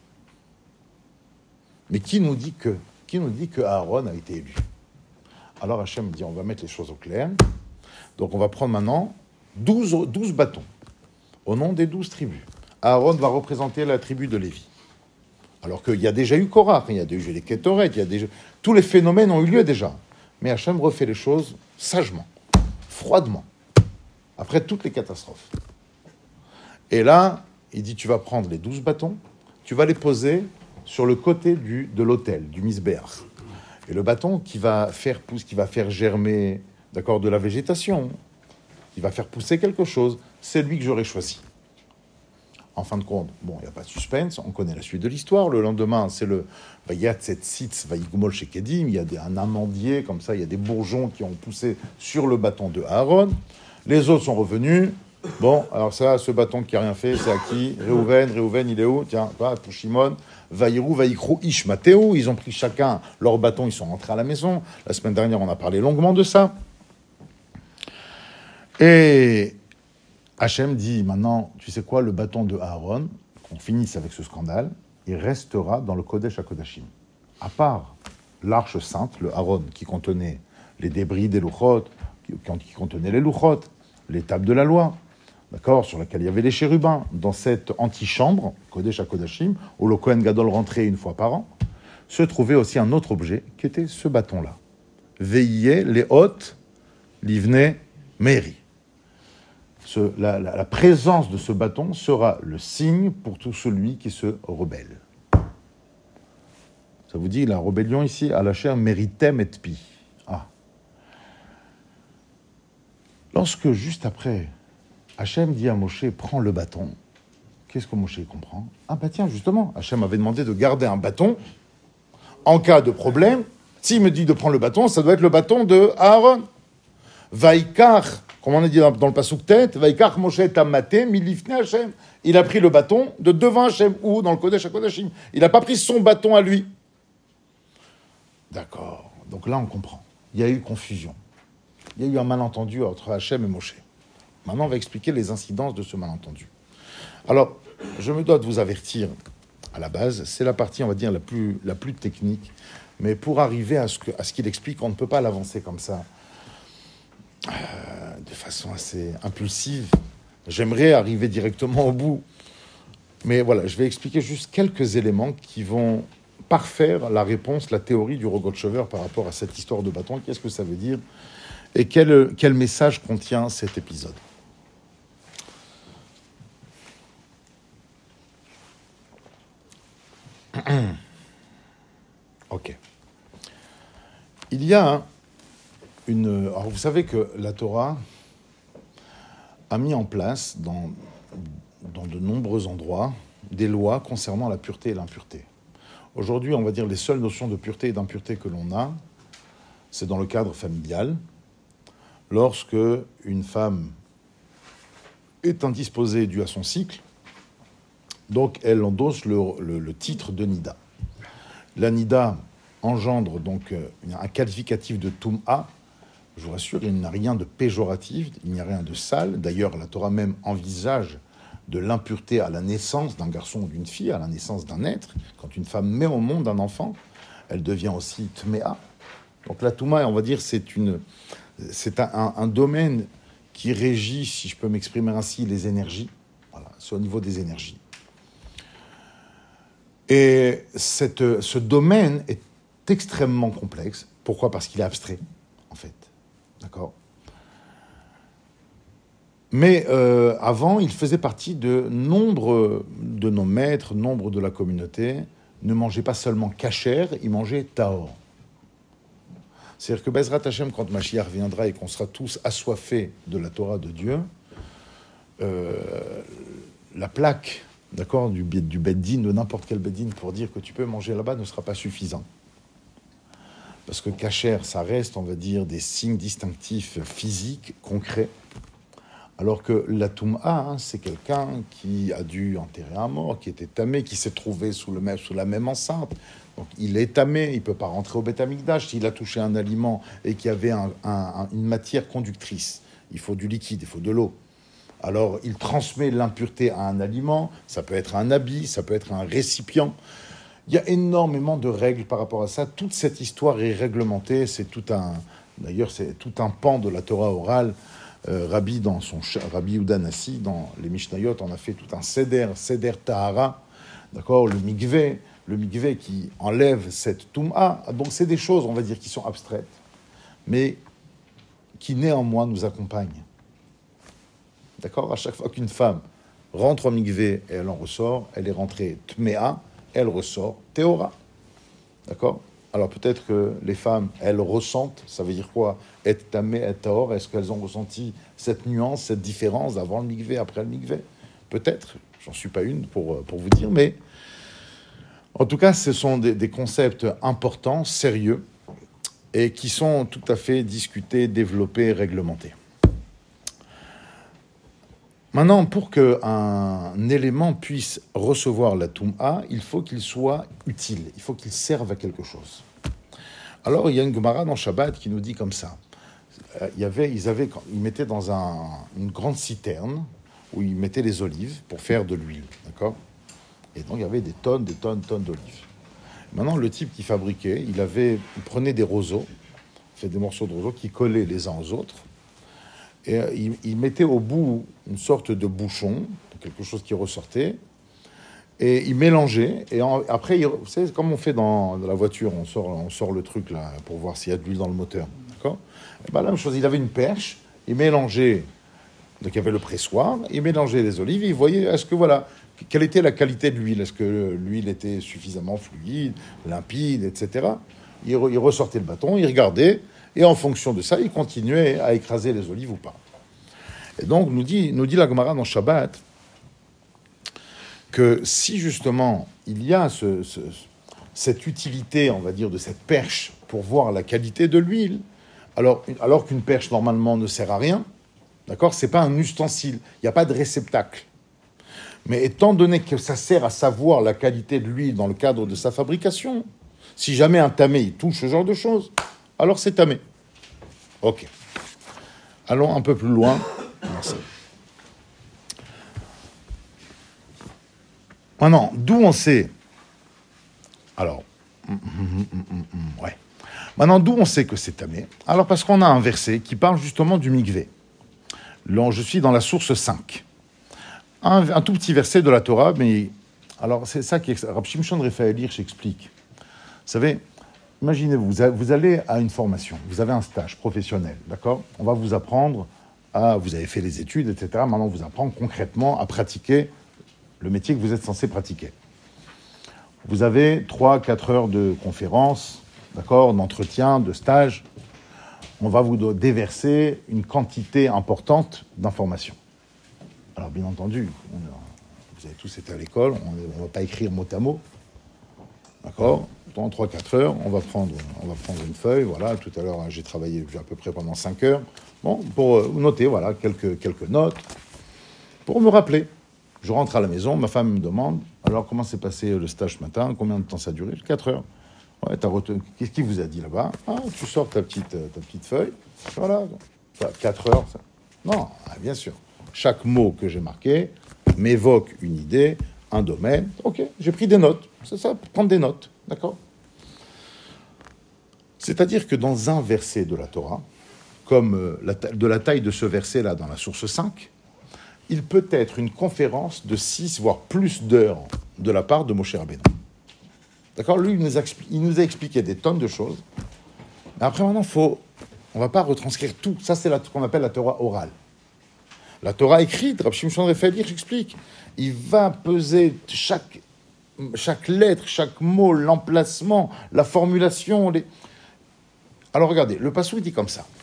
S1: Mais qui nous dit que, qui nous dit que Aaron a été élu ? Alors Hachem dit, on va mettre les choses au clair. Donc on va prendre maintenant douze, douze bâtons. au nom des douze tribus. Aaron va représenter la tribu de Lévi. Alors qu'il y a déjà eu Korach, il y a déjà eu les Kétoret, il y a déjà... tous les phénomènes ont eu lieu déjà. Mais Hachem refait les choses sagement, froidement, après toutes les catastrophes. Et là, il dit, tu vas prendre les douze bâtons, tu vas les poser sur le côté du, de l'autel, du misbéach. Et le bâton qui va faire pousser, qui va faire germer, d'accord, de la végétation, qui va faire pousser quelque chose, c'est lui que j'aurais choisi. En fin de compte, bon, il n'y a pas de suspense, on connaît la suite de l'histoire. Le lendemain, c'est le Vayat Sitz Vayigmol Shekedim, il y a des, un amandier, comme ça, il y a des bourgeons qui ont poussé sur le bâton de Aaron. Les autres sont revenus. Bon, alors ça, ce bâton qui n'a rien fait, c'est à qui? Réhouven, Réhouven, il est où? Tiens, pas pour Shimon. Vaïrou, Vaïkrou, Ish, Mathéo. Ils ont pris chacun leur bâton, ils sont rentrés à la maison. La semaine dernière, on a parlé longuement de ça. Et Hachem dit maintenant, tu sais quoi, le bâton de Aaron, qu'on finisse avec ce scandale, il restera dans le Kodesh HaKodashim. À part l'arche sainte, le Aaron, qui contenait les débris des louchot, qui contenait les louchot, les tables de la loi, d'accord, sur laquelle il y avait les chérubins, dans cette antichambre, Kodesh HaKodashim, où le Kohen Gadol rentrait une fois par an, se trouvait aussi un autre objet, qui était ce bâton-là. Veillez les hôtes, livnei Meiri. Ce, la, la, la présence de ce bâton sera le signe pour tout celui qui se rebelle. Ça vous dit, la rébellion ici, à la chair, méritem et pi. Ah. Lorsque, juste après, Hachem dit à Moshe, prends le bâton, qu'est-ce que Moshe comprend? Ah bah tiens, justement, Hachem avait demandé de garder un bâton en cas de problème. S'il me dit de prendre le bâton, ça doit être le bâton de Aaron. Vaikar, comme on a dit dans, dans le Pasuk tête, Vaikar Moshe Tamate milifne Hachem. Il a pris le bâton de devant Hachem, ou dans le Kodesh HaKodashim. Il n'a pas pris son bâton à lui. D'accord. Donc là, on comprend. Il y a eu confusion. Il y a eu un malentendu entre Hachem et Moshe. Maintenant, on va expliquer les incidences de ce malentendu. Alors, je me dois de vous avertir, à la base, c'est la partie, on va dire, la plus, la plus technique. Mais pour arriver à ce, que, à ce qu'il explique, on ne peut pas l'avancer comme ça. Euh, de façon assez impulsive. J'aimerais arriver directement au bout. Mais voilà, je vais expliquer juste quelques éléments qui vont parfaire la réponse, la théorie du Rogatchover par rapport à cette histoire de bâton. Qu'est-ce que ça veut dire? Et quel, quel message contient cet épisode? Ok. Il y a... Une... Alors, vous savez que la Torah a mis en place dans, dans de nombreux endroits des lois concernant la pureté et l'impureté. Aujourd'hui, on va dire les seules notions de pureté et d'impureté que l'on a, c'est dans le cadre familial, lorsque une femme est indisposée due à son cycle, donc elle endosse le, le, le titre de Nida. La Nida engendre donc un qualificatif de Tum'a. Je vous rassure, il n'y a rien de péjoratif, il n'y a rien de sale. D'ailleurs, la Torah même envisage de l'impureté à la naissance d'un garçon ou d'une fille, à la naissance d'un être. Quand une femme met au monde un enfant, elle devient aussi Tméa. Donc la Touma, on va dire, c'est, une, c'est un, un, un domaine qui régit, si je peux m'exprimer ainsi, les énergies. Voilà, c'est au niveau des énergies. Et cette, ce domaine est extrêmement complexe. Pourquoi? Parce qu'il est abstrait, en fait. D'accord. Mais euh, avant, il faisait partie de nombre de nos maîtres, nombre de la communauté, ne mangeaient pas seulement kasher, ils mangeaient tahor. C'est-à-dire que Bezrat Hashem, quand Mashiach viendra et qu'on sera tous assoiffés de la Torah de Dieu, euh, la plaque, d'accord, du, du Beddin, de n'importe quel Beddin, pour dire que tu peux manger là-bas ne sera pas suffisant. Parce que kasher, ça reste, on va dire, des signes distinctifs physiques, concrets. Alors que la Toum'a, hein, c'est quelqu'un qui a dû enterrer un mort, qui était tamé, qui s'est trouvé sous, le même, sous la même enceinte. Donc il est tamé, il ne peut pas rentrer au Beth Amikdash. S'il a touché un aliment et qu'il y avait un, un, une matière conductrice, il faut du liquide, il faut de l'eau. Alors il transmet l'impureté à un aliment, ça peut être un habit, ça peut être un récipient. Il y a énormément de règles par rapport à ça. Toute cette histoire est réglementée. C'est tout un, d'ailleurs, c'est tout un pan de la Torah orale Euh, Rabbi, dans son, Rabbi Yehuda Nassi, dans les Mishnayot, on a fait tout un seder, seder tahara, d'accord, le mikvé, le mikvé qui enlève cette toum'a. Donc c'est des choses, on va dire, qui sont abstraites, mais qui néanmoins nous accompagnent. D'accord? À chaque fois qu'une femme rentre au mikvé et elle en ressort, elle est rentrée tméa, elle ressort théora. D'accord? Alors peut-être que les femmes, elles ressentent, ça veut dire quoi? Et tamé, et taor, est-ce qu'elles ont ressenti cette nuance, cette différence avant le mikvé, après le mikvé? Peut-être, j'en suis pas une pour, pour vous dire, mais en tout cas, ce sont des, des concepts importants, sérieux, et qui sont tout à fait discutés, développés, réglementés. Maintenant, pour qu'un élément puisse recevoir la Toum'a, il faut qu'il soit utile, il faut qu'il serve à quelque chose. Alors, il y a une Gemara dans Shabbat qui nous dit comme ça. Il y avait, ils, avaient, ils mettaient dans un, une grande citerne où ils mettaient les olives pour faire de l'huile, d'accord? Et donc, il y avait des tonnes, des tonnes, tonnes d'olives. Maintenant, le type qui fabriquait, il, avait, il prenait des roseaux, fait des morceaux de roseaux qui collaient les uns aux autres, et il, il mettait au bout une sorte de bouchon, quelque chose qui ressortait, et il mélangeait, et en, après, il, vous savez, comme on fait dans, dans la voiture, on sort, on sort le truc là pour voir s'il y a de l'huile dans le moteur, d'accord? Et ben, la même chose, il avait une perche, il mélangeait, donc il y avait le pressoir, il mélangeait les olives, et il voyait, est-ce que voilà, quelle était la qualité de l'huile? Est-ce que l'huile était suffisamment fluide, limpide, et cetera. Il, re, il ressortait le bâton, il regardait, et en fonction de ça, il continuait à écraser les olives ou pas. Et donc, nous dit, nous dit la Gemara dans Shabbat que si justement il y a ce, ce, cette utilité, on va dire, de cette perche pour voir la qualité de l'huile, alors, alors qu'une perche normalement ne sert à rien, d'accord, c'est pas un ustensile, il n'y a pas de réceptacle. Mais étant donné que ça sert à savoir la qualité de l'huile dans le cadre de sa fabrication, si jamais un tamé il touche ce genre de choses, alors c'est tamé. Ok. Allons un peu plus loin. Merci. Maintenant, d'où on sait... Alors, ouais. Maintenant, d'où on sait que c'est tamé? Alors, parce qu'on a un verset qui parle justement du mikvé. Là, je suis dans la source cinq. Un, un tout petit verset de la Torah, mais... Alors, c'est ça qui... Rabbi Shimshon Raphaël Hirsch explique. Vous savez... Imaginez-vous, vous allez à une formation, vous avez un stage professionnel, d'accord? On va vous apprendre à... Vous avez fait les études, et cetera. Maintenant, on vous apprend concrètement à pratiquer le métier que vous êtes censé pratiquer. Vous avez trois à quatre heures de conférence, d'accord, d'entretien, de stage. On va vous déverser une quantité importante d'informations. Alors, bien entendu, on, vous avez tous été à l'école, on ne va pas écrire mot à mot, d'accord? Dans trois à quatre heures, on va, prendre, on va prendre une feuille, voilà, tout à l'heure, j'ai travaillé à peu près pendant cinq heures, bon, pour euh, noter, voilà, quelques, quelques notes, pour me rappeler. Je rentre à la maison, ma femme me demande, alors comment s'est passé le stage ce matin, combien de temps ça a duré? quatre heures. Ouais, t'as retenu... Qu'est-ce qu'il vous a dit là-bas? Ah, tu sors ta petite, ta petite feuille, voilà, quatre heures, ça. Non, ah, bien sûr, chaque mot que j'ai marqué m'évoque une idée, un domaine, ok, j'ai pris des notes, c'est ça, prendre des notes, d'accord? C'est-à-dire que dans un verset de la Torah, comme la ta- de la taille de ce verset-là dans la source cinq, il peut être une conférence de six, voire plus d'heures de la part de Moshe Rabbeinu. D'accord? Lui, il nous, a, il nous a expliqué des tonnes de choses. Mais après, maintenant, faut, on ne va pas retranscrire tout. Ça, c'est la, ce qu'on appelle la Torah orale. La Torah écrite, Rabbi Shimshon Raphaël Hirsch j'explique, il va peser chaque, chaque lettre, chaque mot, l'emplacement, la formulation, les... Alors regardez, le passouk dit comme ça.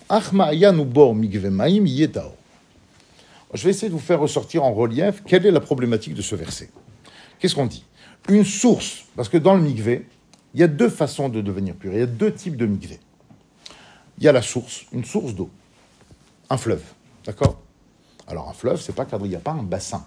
S1: Je vais essayer de vous faire ressortir en relief quelle est la problématique de ce verset. Qu'est-ce qu'on dit? Une source, parce que dans le mikvé, il y a deux façons de devenir pur. Il y a deux types de mikvé. Il y a la source, une source d'eau, un fleuve, d'accord? Alors un fleuve, c'est pas cadré, il n'y a pas un bassin.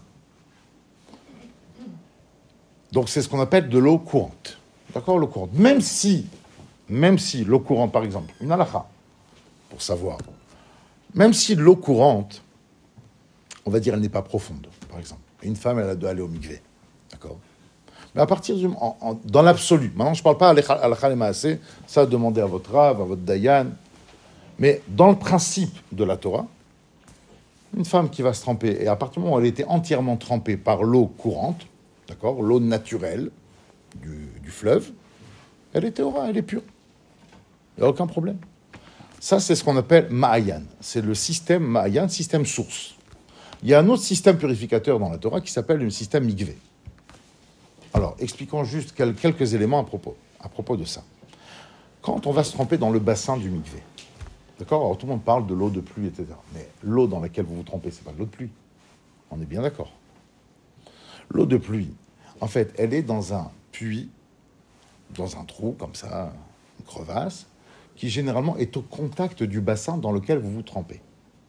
S1: Donc c'est ce qu'on appelle de l'eau courante, d'accord? L'eau courante. Même si Même si l'eau courante, par exemple, une halakha, pour savoir, même si l'eau courante, on va dire, elle n'est pas profonde, par exemple. Une femme, elle doit aller au mikvé, d'accord? Mais à partir du... En, en, dans l'absolu, maintenant, je ne parle pas à halakha le maaseh, ça, demandez à votre rav, à votre dayan, mais dans le principe de la Torah, Une femme qui va se tremper, et à partir du moment où elle était entièrement trempée par l'eau courante, d'accord, l'eau naturelle du, du fleuve, elle est théora, elle est pure. Il n'y a aucun problème. Ça, c'est ce qu'on appelle Ma'ayan. C'est le système Ma'ayan, système source. Il y a un autre système purificateur dans la Torah qui s'appelle le système Mikvé. Alors, expliquons juste quelques éléments à propos, à propos de ça. Quand on va se tremper dans le bassin du Mikvé, d'accord? Alors, tout le monde parle de l'eau de pluie, et cetera. Mais l'eau dans laquelle vous vous trempez, ce n'est pas de l'eau de pluie. On est bien d'accord. L'eau de pluie, en fait, elle est dans un puits, dans un trou, comme ça, une crevasse, qui généralement est au contact du bassin dans lequel vous vous trempez.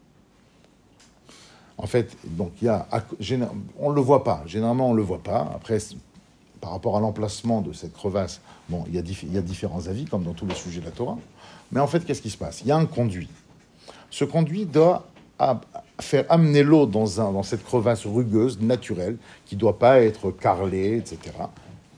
S1: En fait, donc, il y a, on ne le voit pas. Généralement, on ne le voit pas. Après, par rapport à l'emplacement de cette crevasse, bon, il y a, il y a différents avis, comme dans tous les sujets de la Torah. Mais en fait, qu'est-ce qui se passe? Il y a un conduit. Ce conduit doit faire amener l'eau dans, un, dans cette crevasse rugueuse, naturelle, qui ne doit pas être carrelée, et cetera.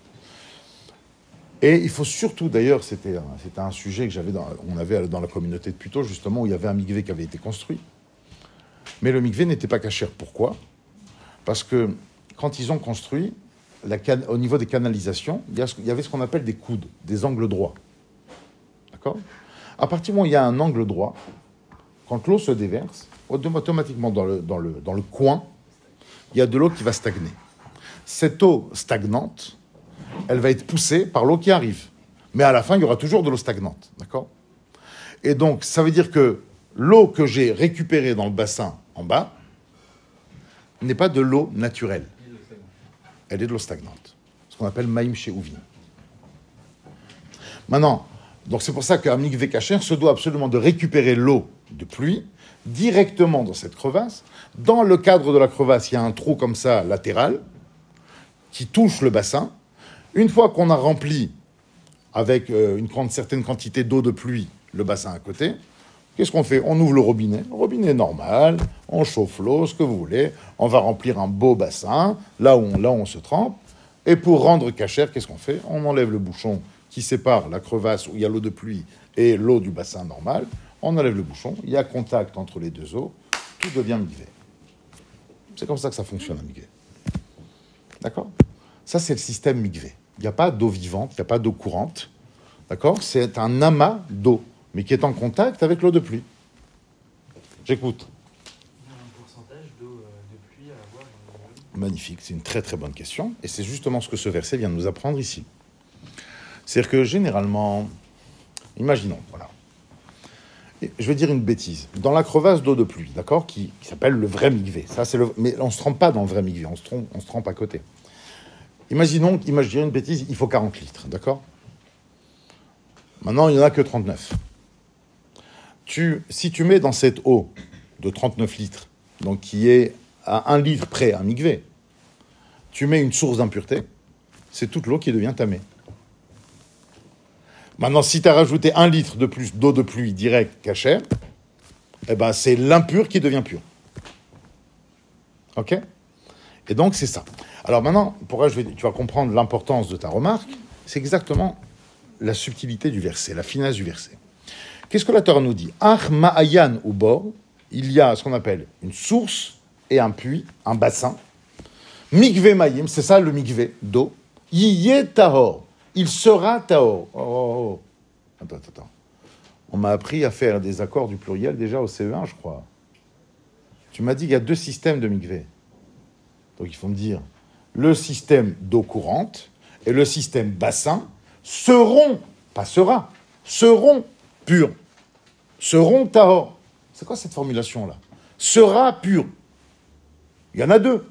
S1: Et il faut surtout, d'ailleurs, c'était, c'était un sujet que j'avais dans, on avait dans la communauté de Puteaux, justement, où il y avait un mikvé qui avait été construit. Mais le mikvé n'était pas cachère. Pourquoi? Parce que quand ils ont construit, la can- au niveau des canalisations, il y, a, il y avait ce qu'on appelle des coudes, des angles droits. D'accord? À partir du moment où il y a un angle droit, quand l'eau se déverse, automatiquement dans le, dans le, dans le coin, il y a de l'eau qui va stagner. Cette eau stagnante, elle va être poussée par l'eau qui arrive. Mais à la fin, il y aura toujours de l'eau stagnante. D'accord? Et donc, ça veut dire que l'eau que j'ai récupérée dans le bassin en bas n'est pas de l'eau naturelle. Elle est de l'eau stagnante. Ce qu'on appelle maïm she'uvin. Maintenant, donc c'est pour ça qu'un mikvé kasher se doit absolument de récupérer l'eau de pluie directement dans cette crevasse. Dans le cadre de la crevasse, il y a un trou comme ça latéral qui touche le bassin. Une fois qu'on a rempli avec euh, une, une certaine quantité d'eau de pluie le bassin à côté, qu'est-ce qu'on fait? On ouvre le robinet, le robinet normal, on chauffe l'eau, ce que vous voulez, on va remplir un beau bassin, là où on, là où on se trempe, et pour rendre cachère, qu'est-ce qu'on fait? On enlève le bouchon qui sépare la crevasse où il y a l'eau de pluie et l'eau du bassin normal, on enlève le bouchon, il y a contact entre les deux eaux, tout devient mikvé. C'est comme ça que ça fonctionne un mikvé. D'accord? Ça, c'est le système mikvé. Il n'y a pas d'eau vivante, il n'y a pas d'eau courante. D'accord? C'est un amas d'eau, mais qui est en contact avec l'eau de pluie. J'écoute.
S2: Il y a un pourcentage d'eau de pluie à avoir dans le...
S1: Magnifique, c'est une très très bonne question. Et c'est justement ce que ce verset vient de nous apprendre ici. C'est-à-dire que généralement, imaginons, voilà. Et je vais dire une bêtise. Dans la crevasse d'eau de pluie, d'accord, qui, qui s'appelle le vrai mikvé. Ça, c'est le... Mais on ne se trompe pas dans le vrai mikvé, on se trompe, on se trompe à côté. Imaginons, imaginons une bêtise, il faut quarante litres, d'accord? Maintenant, il n'y en a que trente-neuf. Tu, si tu mets dans cette eau de trente-neuf litres, donc qui est à un litre près, un mikvé, tu mets une source d'impureté, c'est toute l'eau qui devient tamée. Maintenant, si tu as rajouté un litre de plus d'eau de pluie directe cachère, eh ben, c'est l'impur qui devient pur. OK? Et donc, c'est ça. Alors maintenant, pourquoi je vais, tu vas comprendre l'importance de ta remarque, c'est exactement la subtilité du verset, la finesse du verset. Qu'est-ce que la Torah nous dit? Ach ma'ayan ou bor, il y a ce qu'on appelle une source et un puits, un bassin. Mikvé ma'im, c'est ça le mikvé d'eau. Yiyé tahor, il sera tahor. Oh, oh, oh. Attends, attends, attends. On m'a appris à faire des accords du pluriel déjà au C E un, je crois. Tu m'as dit qu'il y a deux systèmes de mikvé. Donc il faut me dire, le système d'eau courante et le système bassin seront, pas sera, seront purs. Seront tahor. C'est quoi cette formulation-là? Sera pur. Il y en a deux.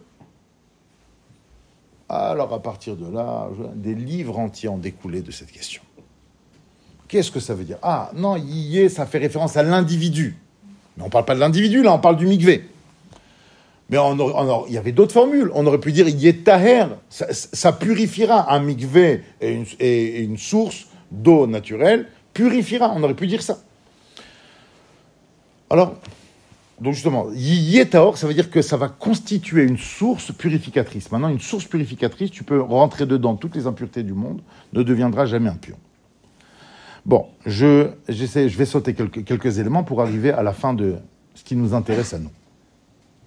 S1: Alors à partir de là, des livres entiers ont découlé de cette question. Qu'est-ce que ça veut dire? Ah non, y est, ça fait référence à l'individu. Mais on ne parle pas de l'individu, là, on parle du mikvé. Mais on aurait, on aurait, il y avait d'autres formules. On aurait pu dire yé taher, ça, ça purifiera. Un mikvé et une, et une source d'eau naturelle purifiera. On aurait pu dire ça. Alors, donc justement, yé tahor, ça veut dire que ça va constituer une source purificatrice. Maintenant, une source purificatrice, tu peux rentrer dedans toutes les impuretés du monde, ne deviendra jamais impur. Bon, je, j'essaie, je vais sauter quelques, quelques éléments pour arriver à la fin de ce qui nous intéresse à nous.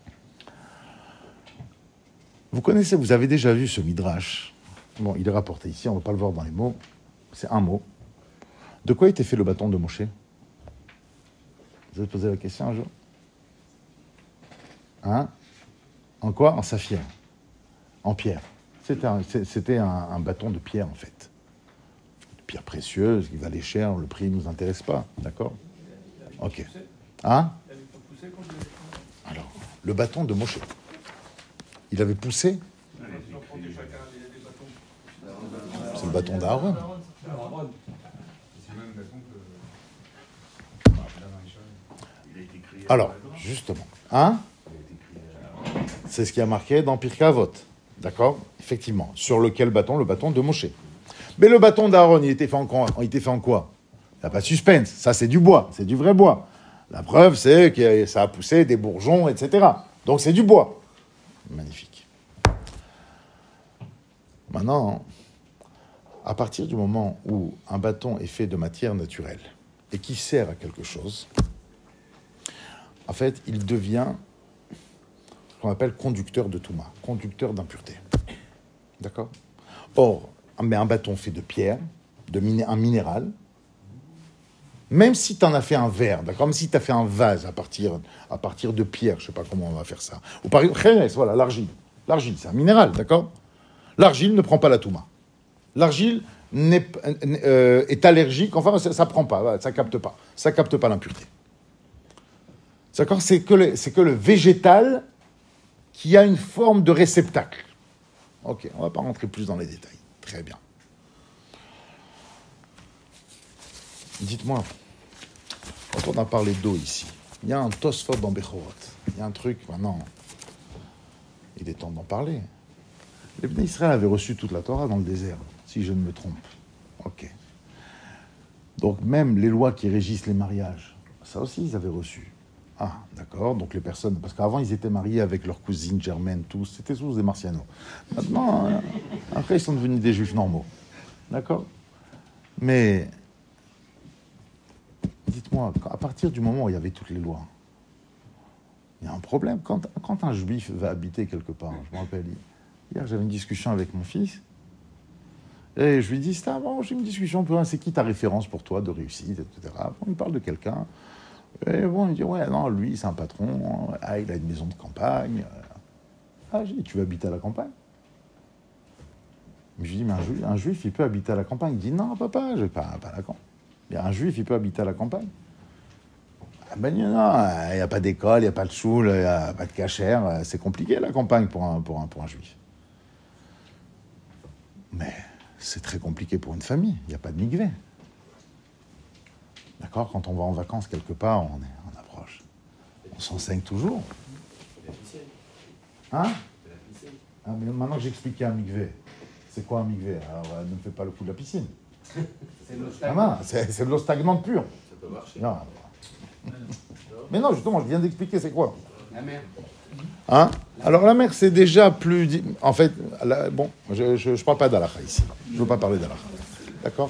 S1: Vous connaissez, vous avez déjà vu ce midrash. Bon, il est rapporté ici, on ne va pas le voir dans les mots. C'est un mot. De quoi était fait le bâton de Moshe? Vous avez posé la question un jour? Hein? En quoi? En saphir. En pierre. C'était un, c'était un, un bâton de pierre, en fait. Une pierre précieuse, qui valait cher, le prix ne nous intéresse pas. D'accord? Ok. Hein? Alors, le bâton de Moshe. Il avait poussé? C'est le bâton d'Aaron. Alors, justement, hein? C'est ce qui a marqué dans Pirkei Avot, d'accord? Effectivement, sur lequel bâton? Le bâton de Moshe. Mais le bâton d'Aaron, il était fait en quoi? Il était fait en quoi? Il n'y a pas de suspense, ça c'est du bois, c'est du vrai bois. La preuve, c'est que ça a poussé des bourgeons, et cetera. Donc c'est du bois. Magnifique. Maintenant, à partir du moment où un bâton est fait de matière naturelle et qui sert à quelque chose, en fait, il devient ce qu'on appelle conducteur de Touma, conducteur d'impureté. D'accord? Or, mais un bâton fait de pierre, de miné- un minéral, même si tu en as fait un verre, d'accord? Même si tu as fait un vase à partir, à partir de pierre, je ne sais pas comment on va faire ça. Ou par exemple, voilà, l'argile. L'argile, c'est un minéral, d'accord? L'argile ne prend pas la Touma. L'argile n'est, euh, est allergique, enfin, ça ne prend pas, ça ne capte pas. Ça ne capte pas l'impureté. D'accord? C'est que, le, c'est que le végétal qui a une forme de réceptacle. Ok, on ne va pas rentrer plus dans les détails. Très bien. Dites-moi, quand on a parlé d'eau ici, il y a un Tosfot dans Bechorot. Il y a un truc, maintenant, il est temps d'en parler. Les Bnei Israël avaient reçu toute la Torah dans le désert, si je ne me trompe. Ok. Donc même les lois qui régissent les mariages, ça aussi ils avaient reçu. Ah, d'accord, donc les personnes... Parce qu'avant, ils étaient mariés avec leurs cousines germaines, tous. C'était tous des martianos. Maintenant, euh, après, ils sont devenus des juifs normaux. D'accord? Mais... Dites-moi, à partir du moment où il y avait toutes les lois, il y a un problème. Quand, quand un juif va habiter quelque part, je me rappelle, hier, j'avais une discussion avec mon fils, et je lui dis, c'est ah, bon, j'ai une discussion, c'est qui ta référence pour toi de réussite, et cetera. On me parle de quelqu'un... Et bon, il dit, ouais, non, lui, c'est un patron, ah, il a une maison de campagne. Ah, j'ai dit, tu veux habiter à la campagne? Mais je dis, mais un juif, un juif, il peut habiter à la campagne. Il dit, non, papa, je vais pas, pas à la campagne. Mais un juif, il peut habiter à la campagne. Ah, ben non, il n'y a pas d'école, il n'y a pas de choule, il n'y a pas de cachère. C'est compliqué, la campagne, pour un, pour un, pour un juif. Mais c'est très compliqué pour une famille, il n'y a pas de mikvé. D'accord? Quand on va en vacances quelque part, on, est, on approche. On s'enseigne toujours. Hein? Ah, mais maintenant que j'expliquais un mikvé, c'est quoi un mikvé? Alors, euh, ne me fais pas le coup de la piscine.
S2: C'est de l'eau
S1: Ah, non, c'est, c'est de l'eau stagnante pure.
S2: Ça peut marcher.
S1: Non. Mais non, justement, je viens d'expliquer c'est quoi.
S2: La mer.
S1: Hein? Alors la mer, c'est déjà plus... Di... En fait, la... bon, je ne parle pas d'Alakha ici. Je ne veux pas parler d'Alakha. D'accord?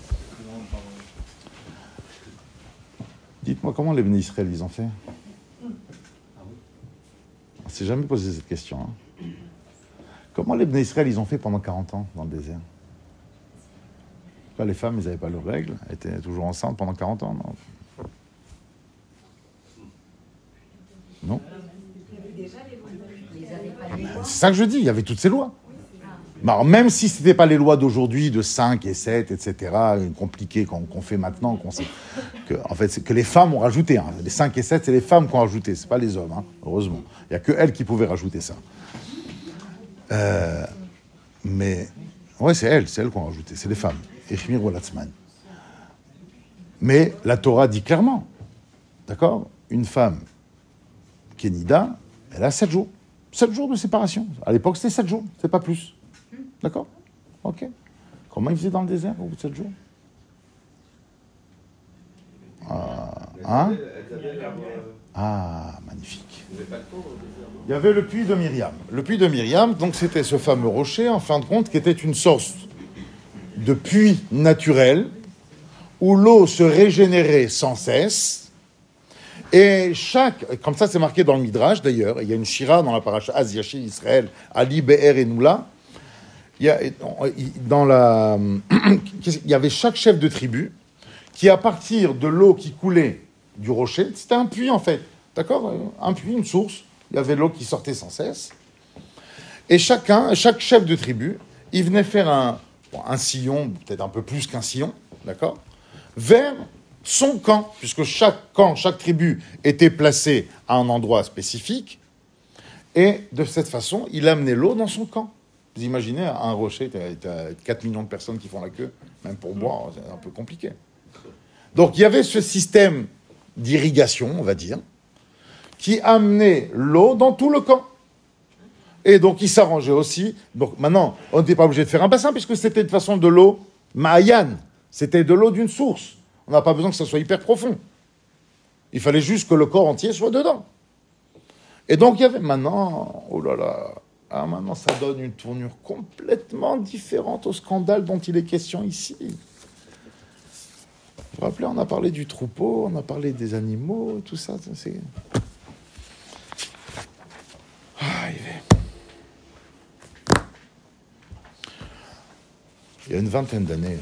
S1: Dites-moi, comment les Bnei Israël, ils ont fait? On ne s'est jamais posé cette question. Hein. Comment les Bnei Israël, ils ont fait pendant quarante ans dans le désert? Là, les femmes, ils n'avaient pas leurs règles, elles étaient toujours enceintes pendant quarante ans, non? Non? C'est ça que je dis, il y avait toutes ces lois. Alors, même si ce n'était pas les lois d'aujourd'hui, de cinq et sept, et cetera, compliquées qu'on, qu'on fait maintenant, qu'on sait, que, en fait, c'est que les femmes ont rajouté. Hein. Les cinq et sept, c'est les femmes qui ont rajouté, ce n'est pas les hommes, hein, heureusement. Il n'y a que elles qui pouvaient rajouter ça. Euh, mais, ouais, c'est elles, c'est elles qui ont rajouté, c'est les femmes. Echmir Walatzman. Mais la Torah dit clairement, d'accord, une femme qui est nida, elle a sept jours. Sept jours de séparation. À l'époque, c'était sept jours, c'est pas plus. D'accord? Ok. Comment ils faisaient dans le désert au bout de sept jours? Ah, hein? Ah, magnifique. Il y avait le puits de Myriam. Le puits de Myriam, donc c'était ce fameux rocher, en fin de compte, qui était une source de puits naturel où l'eau se régénérait sans cesse Et chaque, comme ça c'est marqué dans le Midrash d'ailleurs, il y a une shira dans la paracha Az Yashir Israël, Ali Be'er et Noula, il y a, dans la, il y avait chaque chef de tribu qui, à partir de l'eau qui coulait du rocher, c'était un puits en fait, d'accord, un puits, une source, il y avait l'eau qui sortait sans cesse, et chacun, chaque chef de tribu, il venait faire un, bon, un sillon, peut-être un peu plus qu'un sillon, d'accord, vers son camp, puisque chaque camp, chaque tribu était placée à un endroit spécifique, et de cette façon, il amenait l'eau dans son camp. Vous imaginez, à un rocher, tu as quatre millions de personnes qui font la queue, même pour boire, c'est un peu compliqué. Donc il y avait ce système d'irrigation, on va dire, qui amenait l'eau dans tout le camp. Et donc il s'arrangeait aussi. Donc maintenant, on n'était pas obligé de faire un bassin, puisque c'était de façon de l'eau Mahayan, c'était de l'eau d'une source. On n'a pas besoin que ça soit hyper profond. Il fallait juste que le corps entier soit dedans. Et donc, il y avait... Maintenant, oh là là, ah, maintenant, ça donne une tournure complètement différente au scandale dont il est question ici. Vous vous rappelez, on a parlé du troupeau, on a parlé des animaux, tout ça. C'est... Ah, il est... Il y a une vingtaine d'années...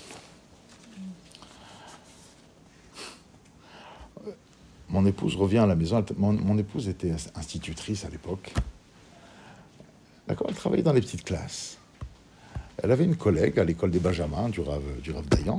S1: Mon épouse revient à la maison. Mon, mon épouse était institutrice à l'époque. D'accord, elle travaillait dans les petites classes. Elle avait une collègue à l'école des Benjamins, du Rav, du Rav Dayan.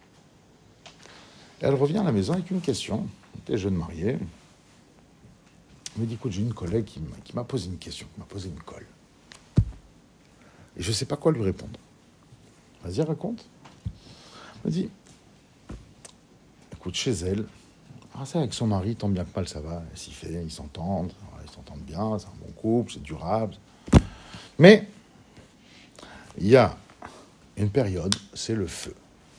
S1: Elle revient à la maison avec une question. Elle était jeune mariée. Elle me dit, écoute, j'ai une collègue qui m'a, qui m'a posé une question, qui m'a posé une colle. Et je ne sais pas quoi lui répondre. Vas-y, raconte. Elle me dit, écoute, chez elle, ah, ça, avec son mari, tant bien que mal, ça va. Elle s'y fait, ils s'entendent. Ils s'entendent bien, c'est un bon couple, c'est durable. Mais il y a une période, c'est le feu.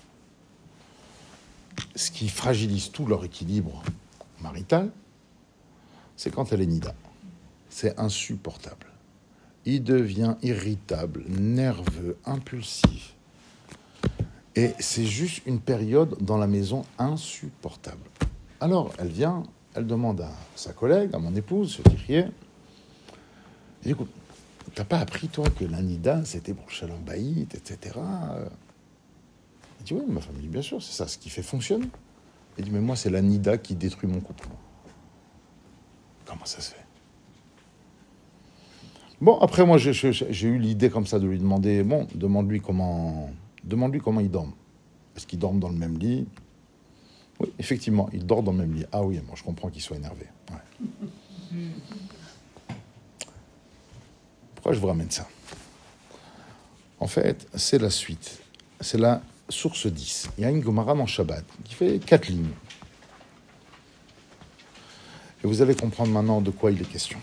S1: Ce qui fragilise tout leur équilibre marital, c'est quand elle est nida. C'est insupportable. Il devient irritable, nerveux, impulsif. Et c'est juste une période dans la maison insupportable. Alors, elle vient, elle demande à sa collègue, à mon épouse, ce qui riait. Elle dit, écoute, t'as pas appris, toi, que l'anida, c'était pour le shalom bayit, et cetera. Elle dit, oui, ma famille, bien sûr, c'est ça, ce qui fait fonctionner. Elle dit, mais moi, c'est l'anida qui détruit mon couple. Comment ça se fait? Bon, après, moi, j'ai, j'ai, j'ai eu l'idée comme ça de lui demander, bon, demande-lui comment, demande-lui comment il dort. Est-ce qu'il dort dans le même lit? Oui, effectivement, il dort dans le même lit. Ah oui, moi je comprends qu'il soit énervé. Ouais. Pourquoi je vous ramène ça? En fait, c'est la suite. C'est la source dix. Il y a une Gemara dans Shabbat qui fait quatre lignes. Et vous allez comprendre maintenant de quoi il est question.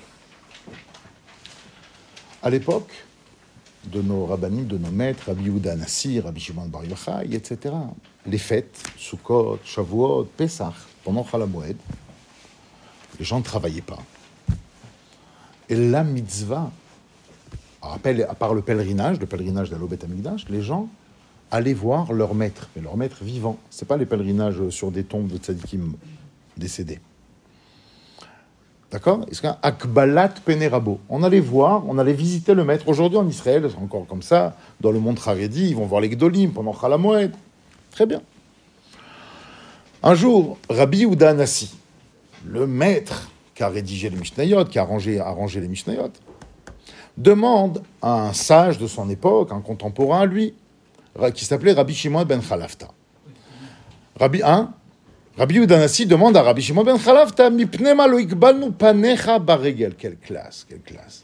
S1: À l'époque de nos rabbinim, de nos maîtres, Rabbi Yehuda Anassi, Rabbi Shimon Bar Yochai, et cetera. Les fêtes, Sukkot, Shavuot, Pesach, pendant Chol HaMoed, les gens ne travaillaient pas. Et la mitzvah, à part le pèlerinage, le pèlerinage d'Alo Beth Amikdash, les gens allaient voir leur maître, mais leur maître vivant. Ce n'est pas les pèlerinages sur des tombes de tzadikim décédés. D'accord? C'est un Akbalat Penerabo. On allait voir, on allait visiter le maître. Aujourd'hui, en Israël, c'est encore comme ça. Dans le monde Haredi, ils vont voir les Gdolim pendant Chol HaMoed. Très bien. Un jour, Rabbi Yehuda Anassi, le maître qui a rédigé les Mishnayot, qui a arrangé, arrangé les Mishnayot, demande à un sage de son époque, un contemporain à lui, qui s'appelait Rabbi Shimon ben Chalafta. Rabbi un, Rabbi Yehuda Anassi demande à Rabbi Shimon ben Chalafta, Mipnema lo ikbalnu panecha baregel. Quelle classe, quelle classe.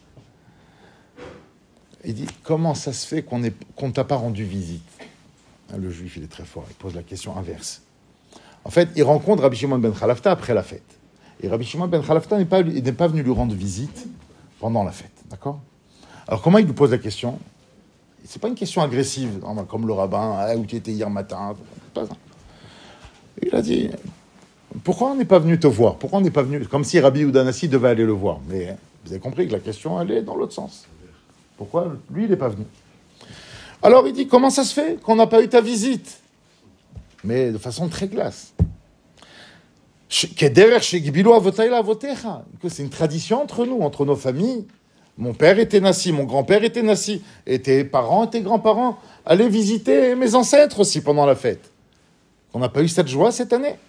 S1: Il dit, comment ça se fait qu'on ne qu'on t'a pas rendu visite? Le juif, il est très fort, il pose la question inverse. En fait, il rencontre Rabbi Shimon ben Chalafta après la fête. Et Rabbi Shimon ben Chalafta n'est pas, n'est pas venu lui rendre visite pendant la fête, d'accord? Alors, comment il lui pose la question? C'est pas une question agressive, comme le rabbin, ah, où tu étais hier matin, pas ça. Il a dit, pourquoi on n'est pas venu te voir? Pourquoi on n'est pas venu? Comme si Rabbi Yehuda Anassi devait aller le voir. Mais vous avez compris que la question allait dans l'autre sens. Pourquoi lui, il n'est pas venu? Alors il dit, comment ça se fait qu'on n'a pas eu ta visite? Mais de façon très classe. C'est une tradition entre nous, entre nos familles. Mon père était nassi, mon grand-père était nassi, et tes parents et tes grands-parents allaient visiter mes ancêtres aussi pendant la fête. On n'a pas eu cette joie cette année.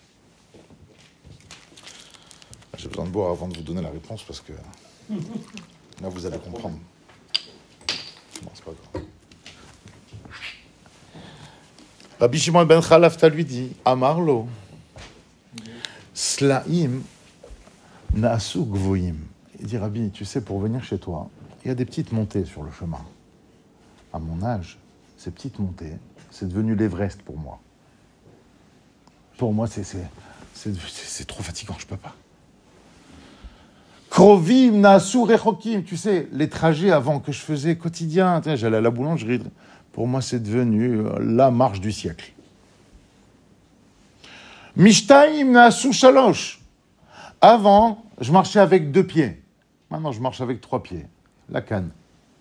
S1: J'ai besoin de boire avant de vous donner la réponse parce que là vous allez comprendre. Non, c'est pas grave. Rabbi Shimon ben Chalafta lui dit, Amarlo, Slaim naasu gvoim. Il dit, Rabbi, tu sais, pour venir chez toi, il y a des petites montées sur le chemin. À mon âge, ces petites montées, c'est devenu l'Everest pour moi. Pour moi, c'est, c'est, c'est, c'est trop fatigant, je peux pas. Krovim naasu rechokim. Tu sais, les trajets avant que je faisais quotidien, j'allais à la boulangerie. Pour moi, c'est devenu la marche du siècle. Mishtaim naasu shalosh. Avant, je marchais avec deux pieds. Maintenant, je marche avec trois pieds. La canne.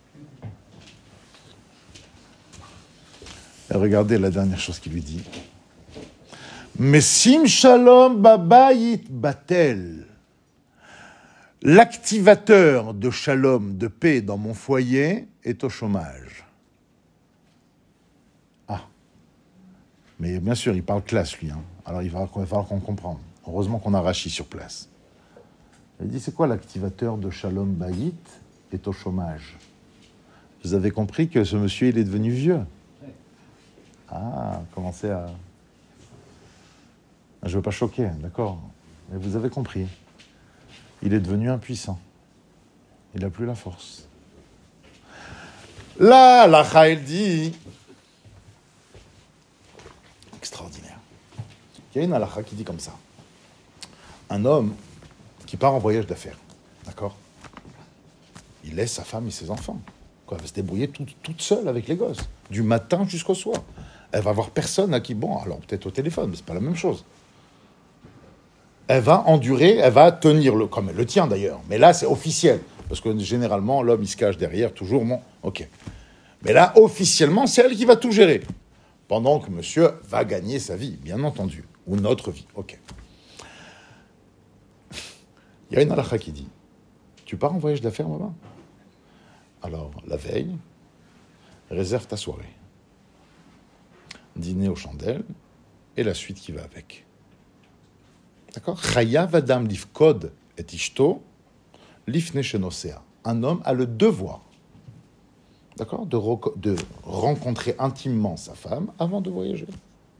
S1: Et regardez la dernière chose qu'il lui dit. Mesim shalom babayit batel. L'activateur de shalom, de paix dans mon foyer est au chômage. Ah. Mais bien sûr, il parle classe, lui. Hein. Alors, il va falloir qu'on comprenne. Heureusement qu'on a Rachi sur place. Il dit, c'est quoi l'activateur de Shalom Bayit est au chômage? Vous avez compris que ce monsieur, il est devenu vieux. Ah, commencez à... Je ne veux pas choquer, d'accord. Mais vous avez compris. Il est devenu impuissant. Il n'a plus la force. Là, la elle dit... Extraordinaire. Il y a une halakha qui dit comme ça. Un homme qui part en voyage d'affaires, d'accord? Il laisse sa femme et ses enfants. Quoi, elle va se débrouiller toute, toute seule avec les gosses, du matin jusqu'au soir. Elle va voir personne à qui, bon, alors peut-être au téléphone, mais c'est pas la même chose. Elle va endurer, elle va tenir, le, comme elle le tient d'ailleurs, mais là c'est officiel, parce que généralement l'homme il se cache derrière toujours, bon, ok. Mais là, officiellement, c'est elle qui va tout gérer, pendant que monsieur va gagner sa vie, bien entendu, ou notre vie, ok. Il y a une halakha qui dit, tu pars en voyage d'affaires, maman? Alors, la veille, réserve ta soirée. Dîner aux chandelles, et la suite qui va avec. D'accord? Chayav adam lifkod et ishto, lifne shenosea. Un homme a le devoir, d'accord, de, rec- de rencontrer intimement sa femme avant de voyager.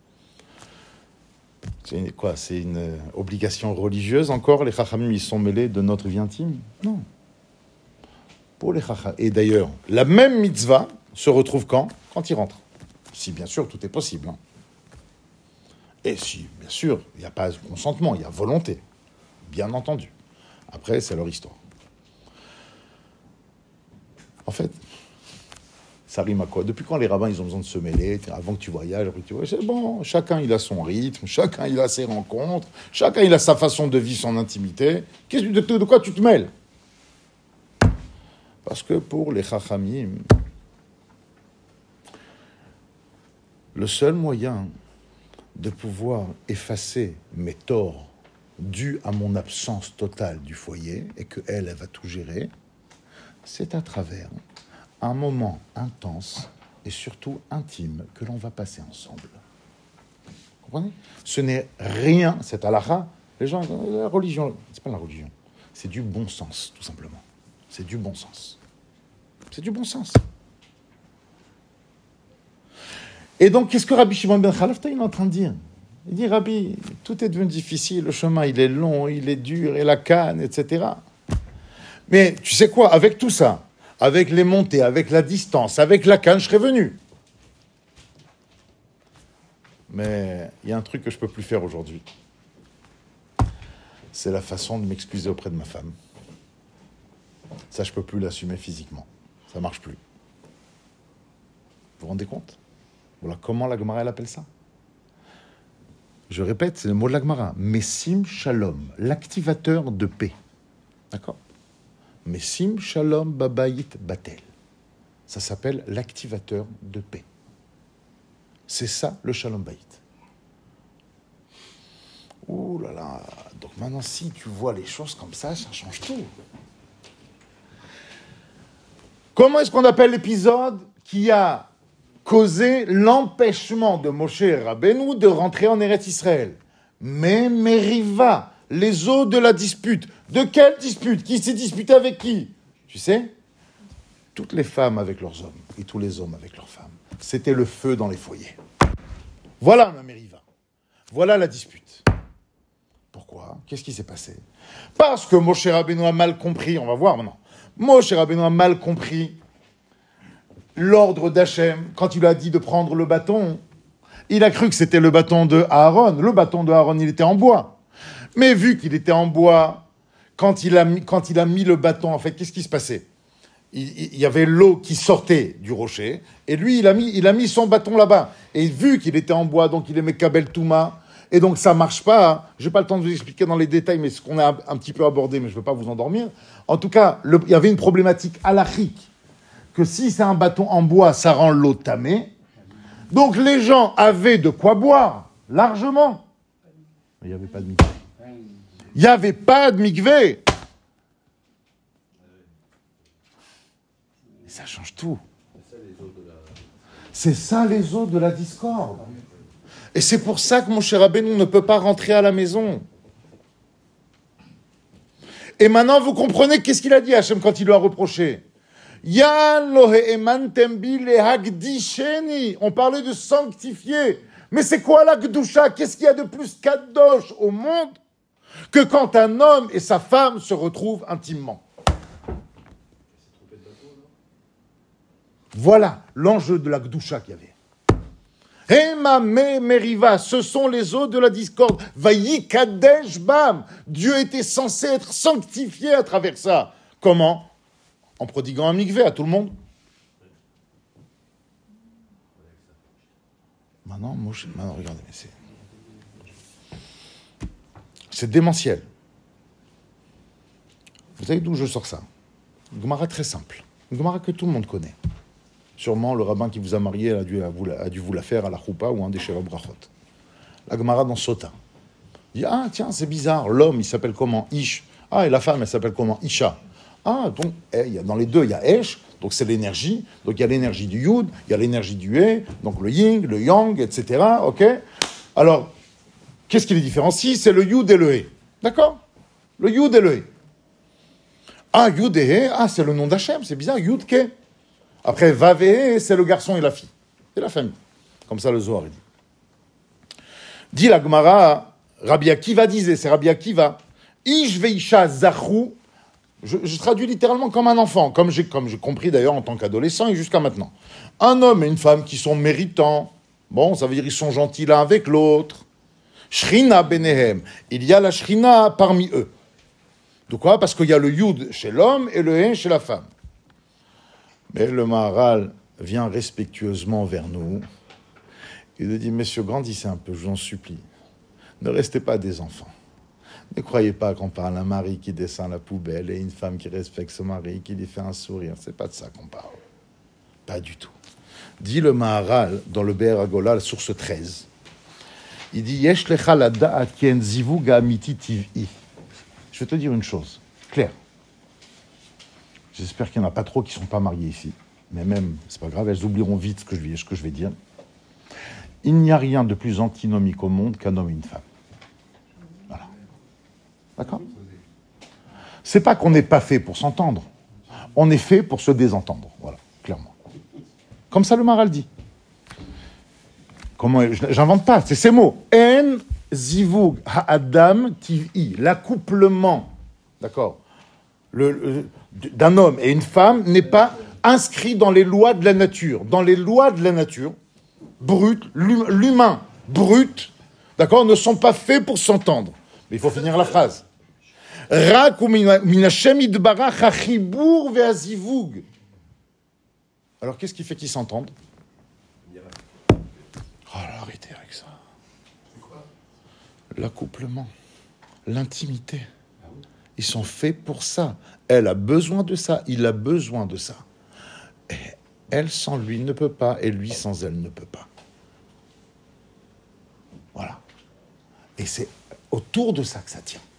S1: C'est une, quoi, c'est une obligation religieuse encore? Les chachamim, ils sont mêlés de notre vie intime? Non. Pour les chachamim. Et d'ailleurs, la même mitzvah se retrouve quand? Quand ils rentrent. Si, bien sûr, tout est possible. Hein. Et si, bien sûr, il n'y a pas consentement, il y a volonté. Bien entendu. Après, c'est leur histoire. En fait, ça rime à quoi? Depuis quand les rabbins, ils ont besoin de se mêler? Avant que tu voyages, après que tu voyages, c'est bon. Chacun, il a son rythme. Chacun, il a ses rencontres. Chacun, il a sa façon de vivre, son intimité. Qu'est-ce, de, de quoi tu te mêles? Parce que pour les chachamim, le seul moyen de pouvoir effacer mes torts dus à mon absence totale du foyer, et qu'elle, elle va tout gérer, c'est à travers un moment intense et surtout intime que l'on va passer ensemble. Vous comprenez? Ce n'est rien, cette halakha, les gens, la religion, c'est pas la religion, c'est du bon sens, tout simplement. C'est du bon sens. C'est du bon sens. Et donc, qu'est-ce que Rabbi Shimon ben Chalafta est en train de dire? Il dit, Rabbi, tout est devenu difficile, le chemin, il est long, il est dur, et la canne, et cetera. Mais tu sais quoi, avec tout ça, avec les montées, avec la distance, avec la canne, je serais venu. Mais il y a un truc que je ne peux plus faire aujourd'hui. C'est la façon de m'excuser auprès de ma femme. Ça, je ne peux plus l'assumer physiquement. Ça ne marche plus. Vous vous rendez compte? Voilà comment la Gemara, elle appelle ça. Je répète, c'est le mot de la Gemara. Mesim Shalom, l'activateur de paix. D'accord? Mesim Shalom Babayit Batel. Ça s'appelle l'activateur de paix. C'est ça le Shalom Bayit. Ouh là là. Donc maintenant, si tu vois les choses comme ça, ça change tout. Comment est-ce qu'on appelle l'épisode qui a causé l'empêchement de Moshe Rabbeinu de rentrer en Eretz Israël? Mais Meriva, les eaux de la dispute. De quelle dispute? Qui s'est disputé avec qui? Tu sais? Toutes les femmes avec leurs hommes et tous les hommes avec leurs femmes. C'était le feu dans les foyers. Voilà ma Meriva. Voilà la dispute. Pourquoi? Qu'est-ce qui s'est passé? Parce que Moshe Rabbeinu a mal compris, on va voir maintenant. Moshe Rabbeinu a mal compris l'ordre d'Hachem quand il a dit de prendre le bâton. Il a cru que c'était le bâton de Aaron. Le bâton de Aaron, il était en bois. Mais vu qu'il était en bois, quand il a mis, quand il a mis le bâton, en fait, qu'est-ce qui se passait? il, il y avait l'eau qui sortait du rocher, et lui, il a mis, il a mis son bâton là-bas. Et vu qu'il était en bois, donc il aimait Kabel Touma, et donc ça marche pas. Je n'ai pas le temps de vous expliquer dans les détails, mais ce qu'on a un petit peu abordé, mais je ne veux pas vous endormir. En tout cas, le, il y avait une problématique halachique, que si c'est un bâton en bois, ça rend l'eau tamée. Donc les gens avaient de quoi boire, largement. Il n'y avait pas de mikvé. Il n'y avait pas de mikvé. Et ça change tout. C'est ça les eaux de la discorde. Et c'est pour ça que mon cher Rabbeinu ne peut pas rentrer à la maison. Et maintenant, vous comprenez qu'est-ce qu'il a dit Hachem quand il lui a reproché. On parlait de sanctifier. Mais c'est quoi la Gdusha? Qu'est-ce qu'il y a de plus kadosh au monde que quand un homme et sa femme se retrouvent intimement? Voilà l'enjeu de la Gdusha qu'il y avait. Hema me meriva, ce sont les eaux de la discorde. Vayi kadesh bam. Dieu était censé être sanctifié à travers ça. Comment? En prodiguant un mikvé à tout le monde. Maintenant, moi, je... Maintenant regardez, mais c'est... c'est démentiel. Vous savez d'où je sors ça? Une Gemara très simple. Une Gemara que tout le monde connaît. Sûrement, le rabbin qui vous a marié a dû, a dû vous la faire à la choupa ou un des Sheva Brachot. La Gemara dans Sota. Il dit, ah tiens, c'est bizarre, l'homme, il s'appelle comment? Ish. Ah, et la femme, elle s'appelle comment? Isha. Ah, donc, eh, y a, dans les deux, il y a Esh, donc c'est l'énergie. Donc, il y a l'énergie du Yud, il y a l'énergie du He, donc le Yin, le Yang, et cetera. OK? Alors, qu'est-ce qui les différencie? C'est le Yud et le He. D'accord? Le Yud et le He. Ah, Yud et He, ah, c'est le nom d'Hachem, c'est bizarre, Yud Ke. Après, Vav et He, c'est le garçon et la fille. C'est la famille. Comme ça, le Zohar dit. Dit la Gemara, Rabbi Akiva disait, c'est Rabbi Akiva, Ish veisha zachou. Je, je traduis littéralement comme un enfant, comme j'ai, comme j'ai compris d'ailleurs en tant qu'adolescent et jusqu'à maintenant. Un homme et une femme qui sont méritants, bon, ça veut dire qu'ils sont gentils l'un avec l'autre. Shrina benehem, il y a la Shrina parmi eux. De quoi? Parce qu'il y a le Yud chez l'homme et le He chez la femme. Mais le Maharal vient respectueusement vers nous. Il nous dit, messieurs, grandissez un peu, je vous en supplie. Ne restez pas des enfants. Ne croyez pas qu'on parle d'un mari qui descend la poubelle et une femme qui respecte son mari, qui lui fait un sourire. C'est pas de ça qu'on parle. Pas du tout. Dit le Maharal dans le Be'er Hagolah, source treize. Il dit, Yesh lecha la da'at ken zivug amiti tiv'i. Je vais te dire une chose, claire. J'espère qu'il n'y en a pas trop qui ne sont pas mariés ici. Mais même, c'est pas grave, elles oublieront vite ce que je vais, ce que je vais dire. Il n'y a rien de plus antinomique au monde qu'un homme et une femme. Voilà. D'accord? C'est pas qu'on n'est pas fait pour s'entendre. On est fait pour se désentendre. Voilà, clairement. Comme ça, le Maharal dit. Comment, j'invente pas, c'est ces mots. En zivug ha'adam tiv'i. L'accouplement, d'accord, le, le, d'un homme et une femme n'est pas inscrit dans les lois de la nature. Dans les lois de la nature, brut, l'humain brut, d'accord, ne sont pas faits pour s'entendre. Mais il faut finir la phrase. Rak ou minashem idbarach hachibur ve'azivug. Alors qu'est-ce qui fait qu'ils s'entendent? Oh là, arrêtez avec ça. L'accouplement, l'intimité. Ils sont faits pour ça. Elle a besoin de ça, il a besoin de ça. Et elle sans lui ne peut pas, et lui sans elle ne peut pas. Voilà. Et c'est autour de ça que ça tient.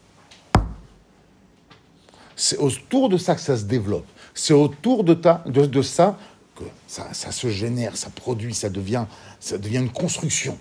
S1: C'est autour de ça que ça se développe. C'est autour de, ta, de, de ça que ça, ça se génère, ça produit, ça devient, ça devient une construction.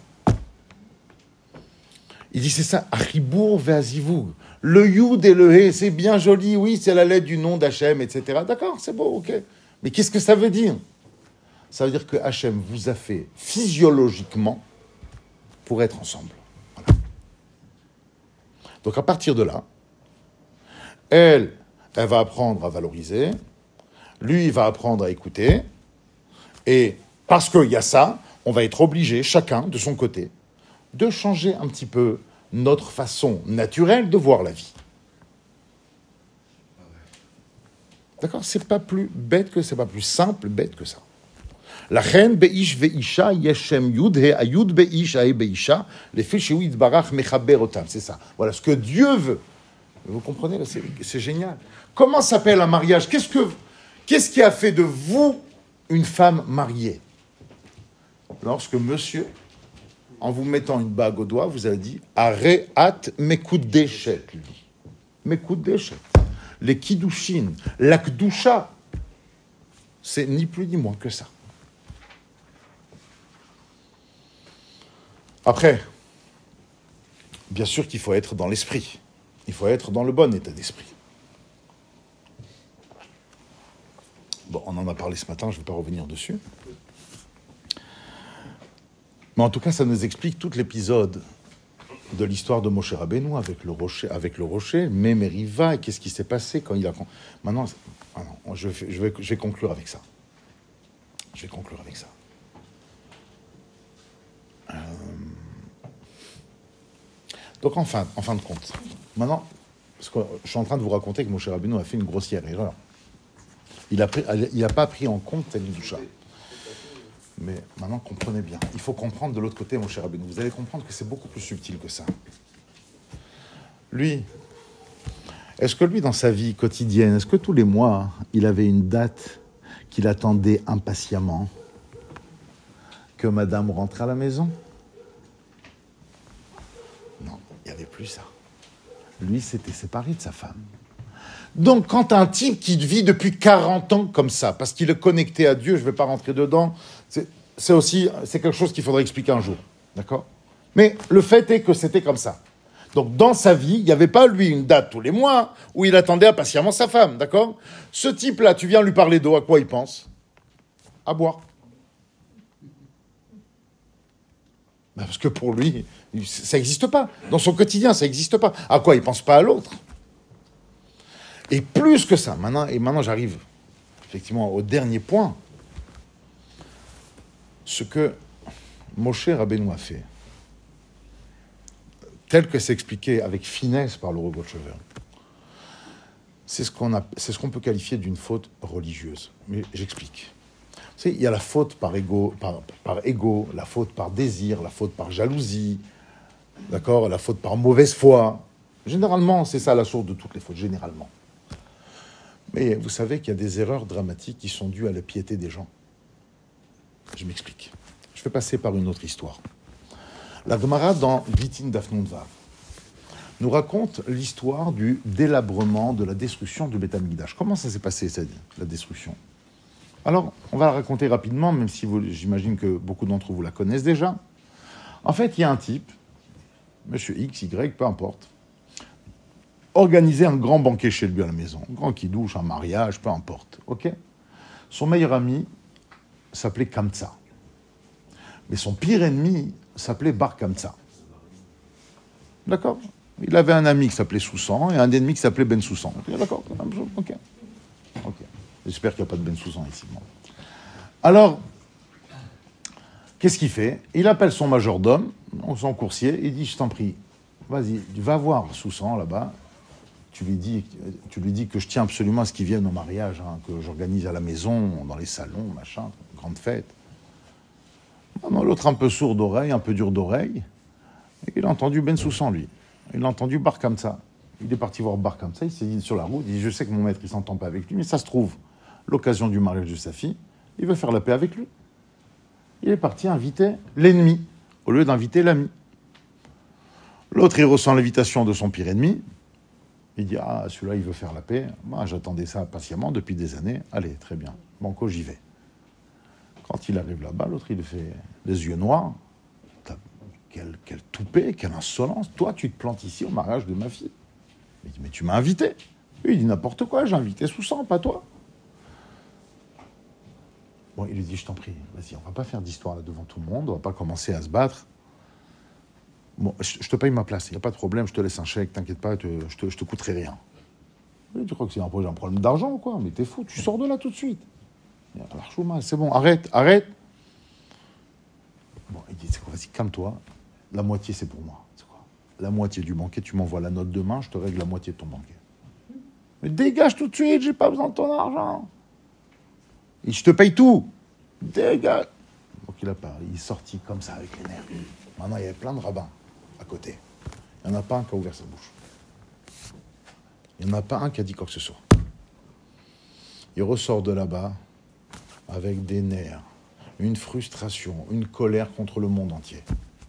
S1: Il dit, c'est ça, Achibour ve'azivug. Le Yud et le He, c'est bien joli, oui, c'est la lettre du nom d'Hachem, et cetera. D'accord, c'est beau, ok. Mais qu'est-ce que ça veut dire ? Ça veut dire que Hachem vous a fait physiologiquement pour être ensemble. Voilà. Donc à partir de là, elle, elle va apprendre à valoriser, lui, il va apprendre à écouter, et parce qu'il y a ça, on va être obligé, chacun de son côté, de changer un petit peu notre façon naturelle de voir la vie. D'accord ? C'est pas plus bête que c'est pas plus simple, bête que ça. La reine beish veisha yeshem yud he ayud beish ae beisha les fiches où barach mechaber otam. C'est ça. Voilà ce que Dieu veut. Vous comprenez là, c'est, c'est génial. Comment s'appelle un mariage ? Qu'est-ce que, qu'est-ce qui a fait de vous une femme mariée ? Lorsque monsieur, en vous mettant une bague au doigt, vous avez dit « Areat mekudeshet » lui. Mekudeshet. Les kiddushin, la kdusha, c'est ni plus ni moins que ça. Après, bien sûr qu'il faut être dans l'esprit. Il faut être dans le bon état d'esprit. Bon, on en a parlé ce matin, je ne vais pas revenir dessus. Mais en tout cas, ça nous explique tout l'épisode de l'histoire de Moshe Rabbeinu avec le rocher, avec le rocher, Mémériva, et qu'est-ce qui s'est passé quand il a... Maintenant, ah non, je, vais, je, vais, je vais conclure avec ça. Je vais conclure avec ça. Euh... Donc, en fin, en fin de compte, maintenant, parce que je suis en train de vous raconter que Moshe Rabbeinu a fait une grossière erreur. Il n'a pas pris en compte cette doucha. Mais maintenant, comprenez bien. Il faut comprendre de l'autre côté, mon cher Rabbeinu. Vous allez comprendre que c'est beaucoup plus subtil que ça. Lui, est-ce que lui, dans sa vie quotidienne, est-ce que tous les mois, il avait une date qu'il attendait impatiemment que madame rentre à la maison ? Non, il n'y avait plus ça. Lui, s'était séparé de sa femme. Donc, quand un type qui vit depuis quarante ans comme ça, parce qu'il est connecté à Dieu, je ne vais pas rentrer dedans, c'est, c'est aussi c'est quelque chose qu'il faudrait expliquer un jour, d'accord ? Mais le fait est que c'était comme ça. Donc, dans sa vie, il n'y avait pas, lui, une date tous les mois où il attendait impatiemment sa femme, d'accord ? Ce type-là, tu viens lui parler d'eau, à quoi il pense ? À boire. Ben parce que pour lui, ça n'existe pas. Dans son quotidien, ça n'existe pas. À quoi il ne pense pas à l'autre ? Et plus que ça, maintenant, et maintenant j'arrive effectivement au dernier point, ce que Moshe Rabbeinu a fait, tel que c'est expliqué avec finesse par le Rogatchover, c'est ce qu'on a, c'est ce qu'on peut qualifier d'une faute religieuse. Mais j'explique. Vous savez, il y a la faute par égo, par, par égo, la faute par désir, la faute par jalousie, d'accord, la faute par mauvaise foi. Généralement, c'est ça la source de toutes les fautes, généralement. Mais vous savez qu'il y a des erreurs dramatiques qui sont dues à la piété des gens. Je m'explique. Je vais passer par une autre histoire. La Gemara dans Gitin Daf Nun Vav nous raconte l'histoire du délabrement, de la destruction du Beth Amikdash. Comment ça s'est passé, cette, la destruction ? Alors, on va la raconter rapidement, même si vous, j'imagine que beaucoup d'entre vous la connaissent déjà. En fait, il y a un type, monsieur X, Y, peu importe, organiser un grand banquet chez lui à la maison. Un grand kidouche, un mariage, peu importe. Ok ? Son meilleur ami s'appelait Kamtsa. Mais son pire ennemi s'appelait Bar Kamtsa. D'accord ? Il avait un ami qui s'appelait Soussan et un ennemi qui s'appelait Ben Soussan. D'accord ? Ok. Ok. J'espère qu'il n'y a pas de Ben Soussan ici. Bon. Alors, qu'est-ce qu'il fait ? Il appelle son majordome, son coursier, il dit, je t'en prie, vas-y, va voir Soussan là-bas. Tu lui, dis, tu lui dis que je tiens absolument à ce qu'il vienne au mariage, hein, que j'organise à la maison, dans les salons, machin, grande fête. Non, l'autre un peu sourd d'oreille, un peu dur d'oreille. Et il a entendu Ben Soussan, lui. Il a entendu Bar Kamtsa. Il est parti voir Bar Kamtsa, il s'est dit sur la route, il dit, je sais que mon maître, il ne s'entend pas avec lui, mais ça se trouve, l'occasion du mariage de sa fille, il veut faire la paix avec lui. Il est parti inviter l'ennemi, au lieu d'inviter l'ami. L'autre, il ressent l'invitation de son pire ennemi. Il dit, ah, celui-là, il veut faire la paix. Moi, j'attendais ça patiemment depuis des années. Allez, très bien. Banco, j'y vais. Quand il arrive là-bas, l'autre, il fait les yeux noirs. Quel, quel toupet, quelle insolence. Toi, tu te plantes ici au mariage de ma fille. Il dit, mais tu m'as invité. Lui, il dit n'importe quoi, j'ai invité Soussan, pas toi. Bon, il lui dit, je t'en prie, vas-y, on va pas faire d'histoire là devant tout le monde, on va pas commencer à se battre. Bon, je, je te paye ma place, il n'y a pas de problème, je te laisse un chèque, t'inquiète pas, te, je, te, je te coûterai rien. Et tu crois que c'est un, un problème d'argent ou quoi? Mais t'es fou, tu sors de là tout de suite. Alors, Chouma, c'est bon, arrête, arrête. Bon, il dit, c'est quoi, vas-y, calme-toi, la moitié c'est pour moi. C'est quoi? La moitié du banquet, tu m'envoies la note demain, je te règle la moitié de ton banquet. Mais dégage tout de suite, j'ai pas besoin de ton argent. Et je te paye tout. Dégage. Donc il a pas, il est sorti comme ça avec les nerfs. Maintenant, il y avait plein de rabbins à côté. Il n'y en a pas un qui a ouvert sa bouche. Il n'y en a pas un qui a dit quoi que ce soit. Il ressort de là-bas avec des nerfs, une frustration, une colère contre le monde entier.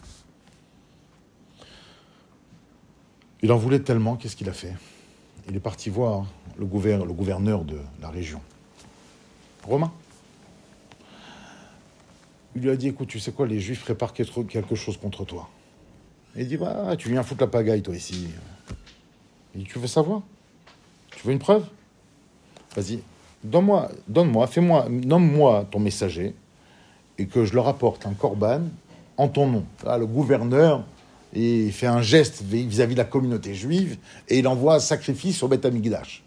S1: Il en voulait tellement, qu'est-ce qu'il a fait? Il est parti voir le, gouver- le gouverneur de la région, Romain. Il lui a dit, écoute, tu sais quoi, les Juifs préparent quelque chose contre toi. Et il dit, bah, tu viens foutre la pagaille, toi, ici. Il dit, tu veux savoir? Tu veux une preuve? Vas-y, donne-moi, donne-moi, fais-moi, nomme-moi ton messager et que je leur apporte un korban en ton nom. Là, le gouverneur, il fait un geste vis-à-vis de la communauté juive et il envoie un sacrifice au Beth Amikdash.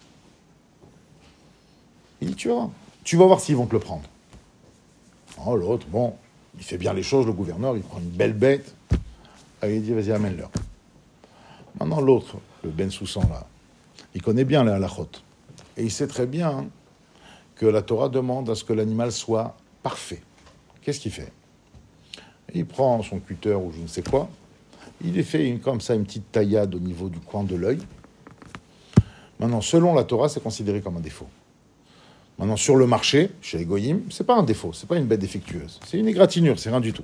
S1: Il dit, tu vas, tu vas voir s'ils vont te le prendre. Oh, l'autre, bon, il fait bien les choses, le gouverneur, il prend une belle bête. Et il dit, vas-y, amène-leur. Maintenant, l'autre, le Ben Soussan, là, il connaît bien la halachot. Et il sait très bien que la Torah demande à ce que l'animal soit parfait. Qu'est-ce qu'il fait? Il prend son cutter ou je ne sais quoi, il lui fait une, comme ça une petite taillade au niveau du coin de l'œil. Maintenant, selon la Torah, c'est considéré comme un défaut. Maintenant, sur le marché, chez les Goyim, c'est pas un défaut, c'est pas une bête défectueuse. C'est une égratignure, c'est rien du tout.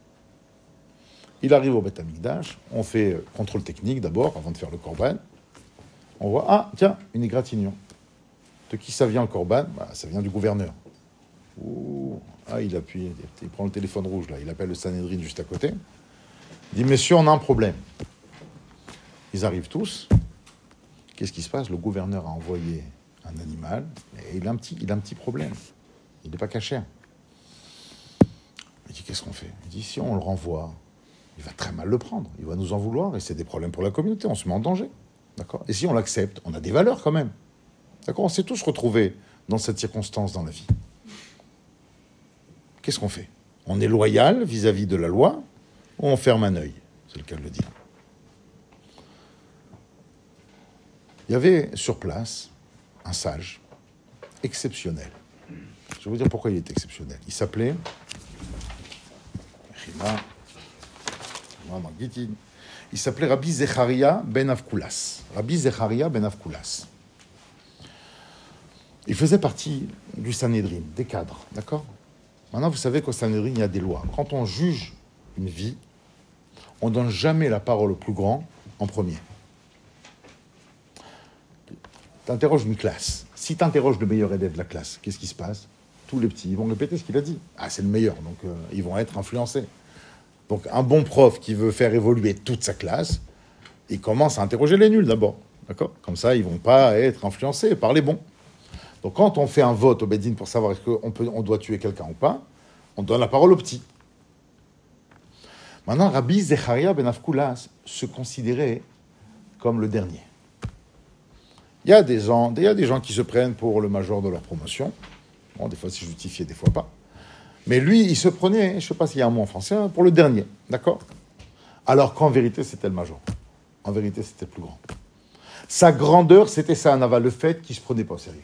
S1: Il arrive au Beth Amikdash, on fait contrôle technique d'abord, avant de faire le korban. On voit, ah, tiens, une égratignure. De qui ça vient le korban? Bah, ça vient du gouverneur. Ouh, ah, il appuie, il prend le téléphone rouge, là, il appelle le Sanhedrin juste à côté. Il dit, messieurs, on a un problème. Ils arrivent tous. Qu'est-ce qui se passe? Le gouverneur a envoyé un animal, et il a un petit, il a un petit problème. Il n'est pas caché. Il dit, qu'est-ce qu'on fait? Il dit, si on le renvoie, il va très mal le prendre. Il va nous en vouloir, et c'est des problèmes pour la communauté. On se met en danger. D'accord? Et si on l'accepte, on a des valeurs quand même. D'accord? On s'est tous retrouvés dans cette circonstance dans la vie. Qu'est-ce qu'on fait? On est loyal vis-à-vis de la loi, ou on ferme un œil? C'est le cas de le dire. Il y avait sur place un sage exceptionnel. Je vais vous dire pourquoi il est exceptionnel. Il s'appelait Rima, il s'appelait Rabbi Zecharia ben Avkulas. Rabbi Zecharia ben Avkulas. Il faisait partie du Sanhedrin, des cadres, d'accord? Maintenant, vous savez qu'au Sanhedrin, il y a des lois. Quand on juge une vie, on ne donne jamais la parole au plus grand en premier. Tu interroges une classe. Si tu interroges le meilleur élève de la classe, qu'est-ce qui se passe? Tous les petits, ils vont répéter ce qu'il a dit. Ah, c'est le meilleur, donc euh, ils vont être influencés. Donc un bon prof qui veut faire évoluer toute sa classe, il commence à interroger les nuls d'abord. D'accord? Comme ça, ils ne vont pas être influencés par les bons. Donc quand on fait un vote au Beddin pour savoir est-ce qu'on peut, on doit tuer quelqu'un ou pas, on donne la parole aux petits. Maintenant, Rabbi Zecharia ben Avkulas se considérait comme le dernier. Il y a des gens, il y a des gens qui se prennent pour le major de leur promotion. Bon, des fois c'est justifié, des fois pas. Mais lui, il se prenait, je ne sais pas s'il y a un mot en français, pour le dernier, d'accord? Alors qu'en vérité, c'était le major. En vérité, c'était le plus grand. Sa grandeur, c'était ça, Anava, le fait qu'il ne se prenait pas au sérieux.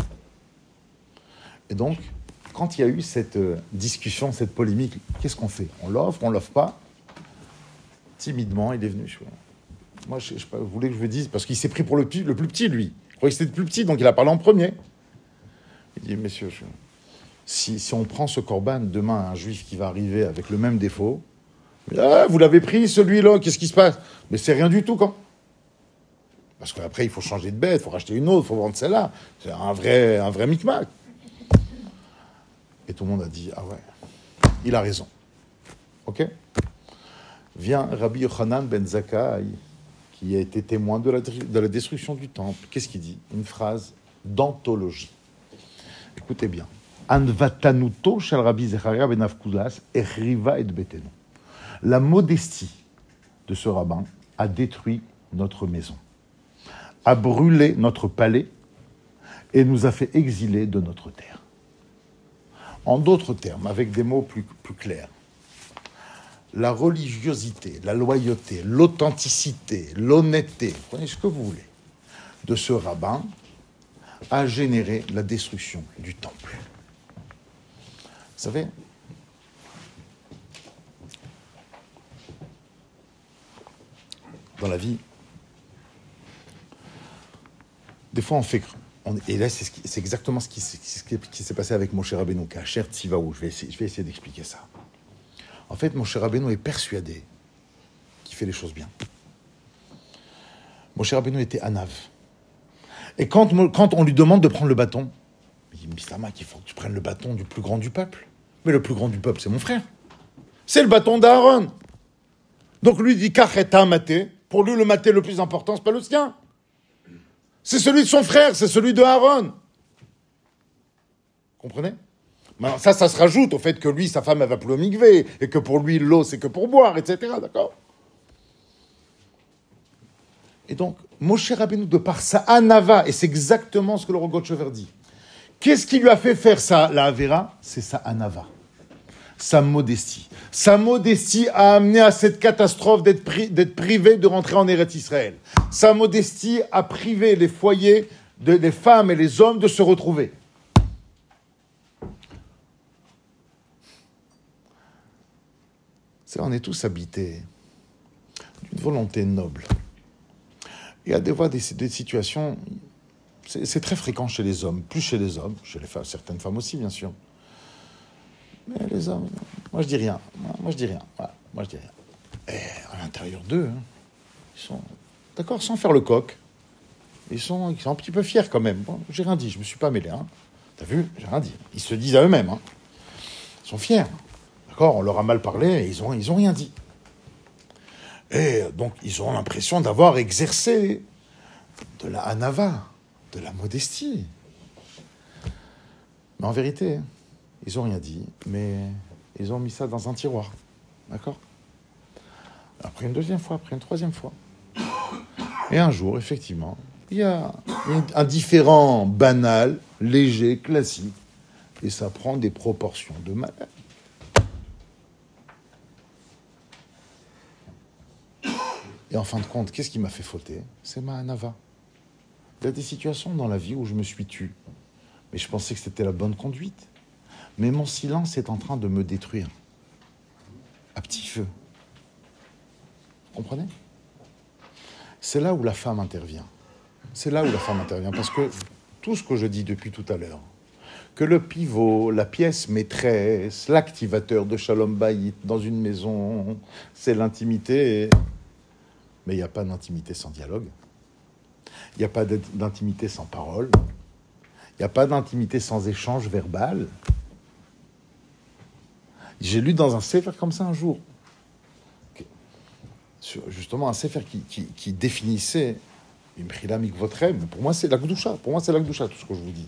S1: Et donc, quand il y a eu cette euh, discussion, cette polémique, qu'est-ce qu'on fait? On l'offre, on ne l'offre pas? Timidement, il est venu. Je... Moi, je ne sais pas, vous voulez que je vous dise? Parce qu'il s'est pris pour le, le plus petit, lui. Il croyait que c'était le plus petit, donc il a parlé en premier. Il dit, messieurs, je... si, si on prend ce korban, demain, un juif qui va arriver avec le même défaut, Ah, vous l'avez pris, celui-là, qu'est-ce qui se passe? Mais c'est rien du tout, quand. Parce qu'après, il faut changer de bête, il faut racheter une autre, il faut vendre celle-là. C'est un vrai, un vrai micmac. Et tout le monde a dit, ah ouais, il a raison. Ok? Vient Rabbi Yochanan ben Zakkai, qui a été témoin de la, de la destruction du temple. Qu'est-ce qu'il dit? Une phrase d'anthologie. Écoutez bien. Anvatanuto shel Rabbi Zecharia ben Avkudas echriva et betenu. La modestie de ce rabbin a détruit notre maison, a brûlé notre palais et nous a fait exiler de notre terre. En d'autres termes, avec des mots plus, plus clairs, la religiosité, la loyauté, l'authenticité, l'honnêteté, prenez ce que vous voulez, de ce rabbin a généré la destruction du temple. Vous savez, dans la vie, des fois on fait... On, et là, c'est, ce qui, c'est exactement ce qui, ce qui, qui s'est passé avec Moshe Rabbeinu, Kacher Tzivaou. Je vais essayer, je vais essayer d'expliquer ça. En fait, Moshe Rabbeinu est persuadé qu'il fait les choses bien. Moshe Rabbeinu était Anav. Et quand, quand on lui demande de prendre le bâton, il dit, Mistamak, il faut que tu prennes le bâton du plus grand du peuple. Mais le plus grand du peuple, c'est mon frère. C'est le bâton d'Aaron. Donc lui dit, Kacheta maté. Pour lui, le maté le plus important, c'est pas le sien. C'est celui de son frère, c'est celui de Aaron. Comprenez? Maintenant, ça, ça se rajoute au fait que lui, sa femme, elle va plus au mikvé, et que pour lui, l'eau, c'est que pour boire, et cetera. D'accord? Et donc, Moshe Rabbeinu, de par sa anava, et c'est exactement ce que le Rogatchover dit, qu'est-ce qui lui a fait faire ça, la Avera? C'est sa anava, sa modestie. Sa modestie a amené à cette catastrophe d'être, pri- d'être privé de rentrer en Eretz Israël. Sa modestie a privé les foyers, de, les femmes et les hommes de se retrouver. C'est, on est tous habités d'une volonté noble. Il y a des fois des, des situations, c'est, c'est très fréquent chez les hommes, plus chez les hommes, chez les femmes, certaines femmes aussi, bien sûr. Mais les hommes, moi je dis rien. Moi je dis rien. Voilà, moi je dis rien. Et à l'intérieur d'eux, hein, ils sont, d'accord, sans faire le coq, ils sont, ils sont un petit peu fiers quand même. Bon, j'ai rien dit, je me suis pas mêlé. Hein. T'as vu, j'ai rien dit. Ils se disent à eux-mêmes. Hein. Ils sont fiers. D'accord, on leur a mal parlé et ils ont, ils ont rien dit. Et donc ils ont l'impression d'avoir exercé de la hanava, de la modestie. Mais en vérité, ils n'ont rien dit, mais ils ont mis ça dans un tiroir. D'accord? Après une deuxième fois, après une troisième fois. Et un jour, effectivement, il y a un différend banal, léger, classique, et ça prend des proportions de malade. Et en fin de compte, qu'est-ce qui m'a fait fauter? C'est ma hanava. Il y a des situations dans la vie où je me suis tu, mais je pensais que c'était la bonne conduite. Mais mon silence est en train de me détruire. À petit feu. Vous comprenez? C'est là où la femme intervient. C'est là où la femme intervient. Parce que tout ce que je dis depuis tout à l'heure, que le pivot, la pièce maîtresse, l'activateur de Shalom Bayit dans une maison, c'est l'intimité. Mais il n'y a pas d'intimité sans dialogue. Il n'y a pas d'intimité sans parole. Il n'y a pas d'intimité sans échange verbal. J'ai lu dans un sefer comme ça un jour, justement un sefer qui, qui, qui définissait une Mechila Mikvotrem. Pour moi, c'est la Gdusha. Pour moi, c'est la Gdusha, tout ce que je vous dis.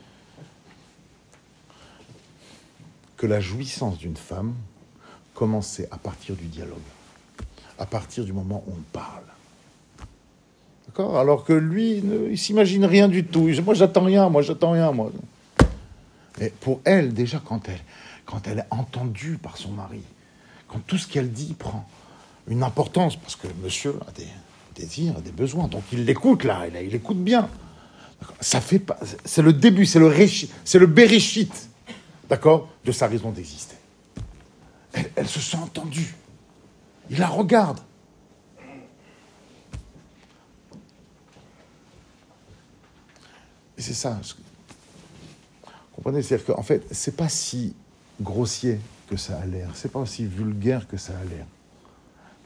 S1: Que la jouissance d'une femme commençait à partir du dialogue, à partir du moment où on parle. D'accord? Alors que lui, ne, il s'imagine rien du tout. Moi, j'attends rien, moi, j'attends rien, moi. Mais pour elle, déjà, quand elle, quand elle est entendue par son mari, quand tout ce qu'elle dit prend une importance, parce que monsieur a des désirs, a des besoins, donc il l'écoute, là, il, il écoute bien. D'accord? Ça fait pas... C'est le début, c'est le, réchi, c'est le bereshit, d'accord, de sa raison d'exister. Elle, elle se sent entendue. Il la regarde. Et c'est ça. Vous comprenez? C'est-à-dire qu'en fait, c'est pas si grossier que ça a l'air. C'est pas aussi vulgaire que ça a l'air.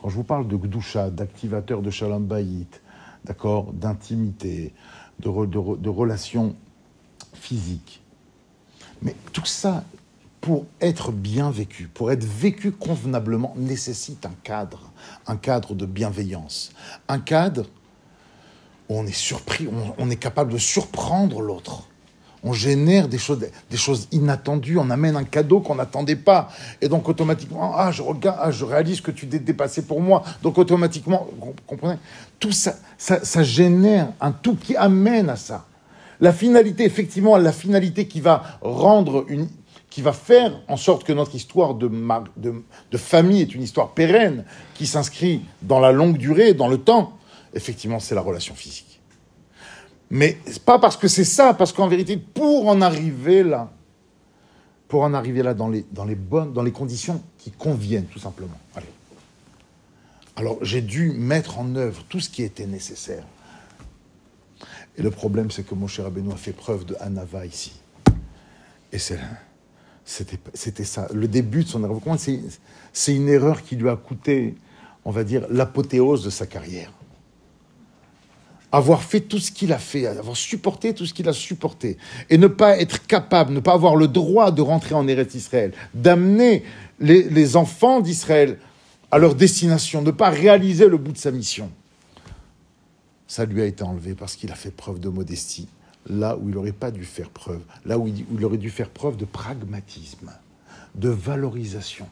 S1: Quand je vous parle de Gdusha, d'activateur de Shalom Bayit, d'accord, d'intimité, de, re, de, re, de relations physiques, mais tout ça, pour être bien vécu, pour être vécu convenablement, nécessite un cadre, un cadre de bienveillance, un cadre où on est surpris, on, on est capable de surprendre l'autre. On génère des choses, des choses inattendues, on amène un cadeau qu'on n'attendait pas. Et donc automatiquement, ah, je regarde, ah, je réalise que tu t'es dépassé pour moi. Donc automatiquement, vous comprenez, tout ça, ça, ça génère un tout qui amène à ça. La finalité, effectivement, la finalité qui va rendre une, qui va faire en sorte que notre histoire de, de, de famille est une histoire pérenne, qui s'inscrit dans la longue durée, dans le temps, effectivement, c'est la relation physique. Mais c'est pas parce que c'est ça, parce qu'en vérité, pour en arriver là, pour en arriver là dans les, dans les bonnes, dans les conditions qui conviennent, tout simplement. Allez. Alors, j'ai dû mettre en œuvre tout ce qui était nécessaire. Et le problème, c'est que Moshe Rabbeinu a fait preuve de Hanava ici. Et c'est, c'était, c'était ça. Le début de son erreur, c'est, c'est une erreur qui lui a coûté, on va dire, l'apothéose de sa carrière. Avoir fait tout ce qu'il a fait, avoir supporté tout ce qu'il a supporté, et ne pas être capable, ne pas avoir le droit de rentrer en Eretz Israël, d'amener les, les enfants d'Israël à leur destination, ne pas réaliser le bout de sa mission. Ça lui a été enlevé parce qu'il a fait preuve de modestie, là où il n'aurait pas dû faire preuve, là où il, où il aurait dû faire preuve de pragmatisme, de valorisation.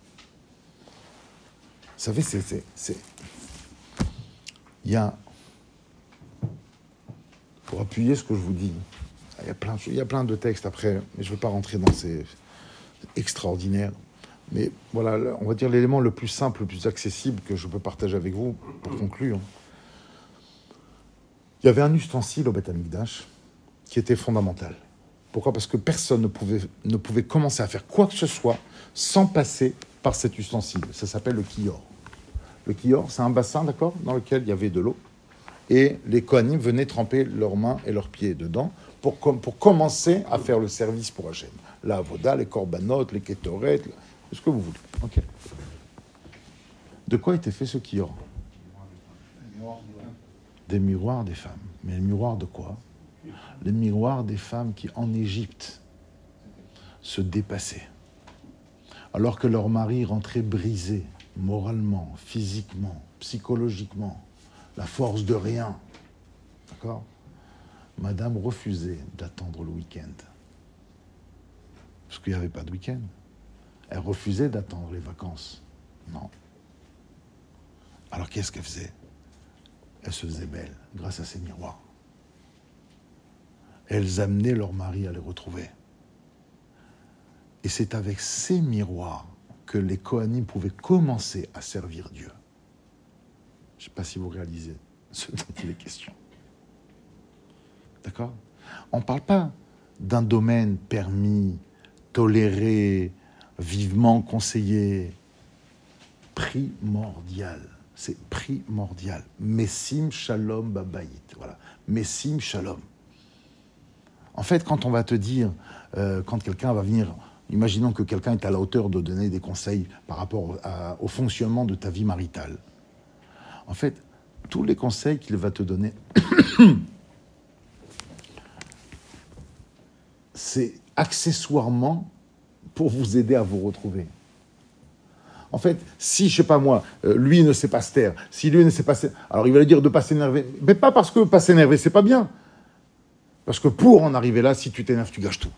S1: Vous savez, c'est... c'est, c'est... Il y a... Pour appuyer ce que je vous dis, il y a plein de, il y a plein de textes après, mais je ne vais pas rentrer dans ces extraordinaires. Mais voilà, on va dire l'élément le plus simple, le plus accessible que je peux partager avec vous pour conclure. Il y avait un ustensile au Beth Amikdash qui était fondamental. Pourquoi ? Parce que personne ne pouvait, ne pouvait commencer à faire quoi que ce soit sans passer par cet ustensile. Ça s'appelle le kior. Le kior, c'est un bassin, d'accord, dans lequel il y avait de l'eau. Et les Kohanim venaient tremper leurs mains et leurs pieds dedans pour, com- pour commencer à faire le service pour Hachem. La avoda, les korbanot, les kétoret, ce que vous voulez. Okay. De quoi était fait ce kior ? Des miroirs des femmes. Mais les miroirs de quoi ? Les miroirs des femmes qui, en Égypte, se dépassaient. Alors que leur mari rentrait brisé, moralement, physiquement, psychologiquement, la force de rien. D'accord ? Madame refusait d'attendre le week-end. Parce qu'il n'y avait pas de week-end. Elle refusait d'attendre les vacances. Non. Alors qu'est-ce qu'elle faisait ? Elle se faisait belle grâce à ces miroirs. Elles amenaient leur mari à les retrouver. Et c'est avec ces miroirs que les Kohanim pouvaient commencer à servir Dieu. Je ne sais pas si vous réalisez ce dont il est question. D'accord ? On ne parle pas d'un domaine permis, toléré, vivement conseillé. Primordial. C'est primordial. Messim shalom babayit. Voilà. Messim shalom. En fait, quand on va te dire, euh, quand quelqu'un va venir, imaginons que quelqu'un est à la hauteur de donner des conseils par rapport à, au fonctionnement de ta vie maritale. En fait, tous les conseils qu'il va te donner, c'est accessoirement pour vous aider à vous retrouver. En fait, si, je sais pas moi, euh, lui ne sait pas se taire, si lui ne sait pas se taire, alors il va lui dire de pas s'énerver. Mais pas parce que pas s'énerver, c'est pas bien. Parce que pour en arriver là, si tu t'énerves, tu gâches tout.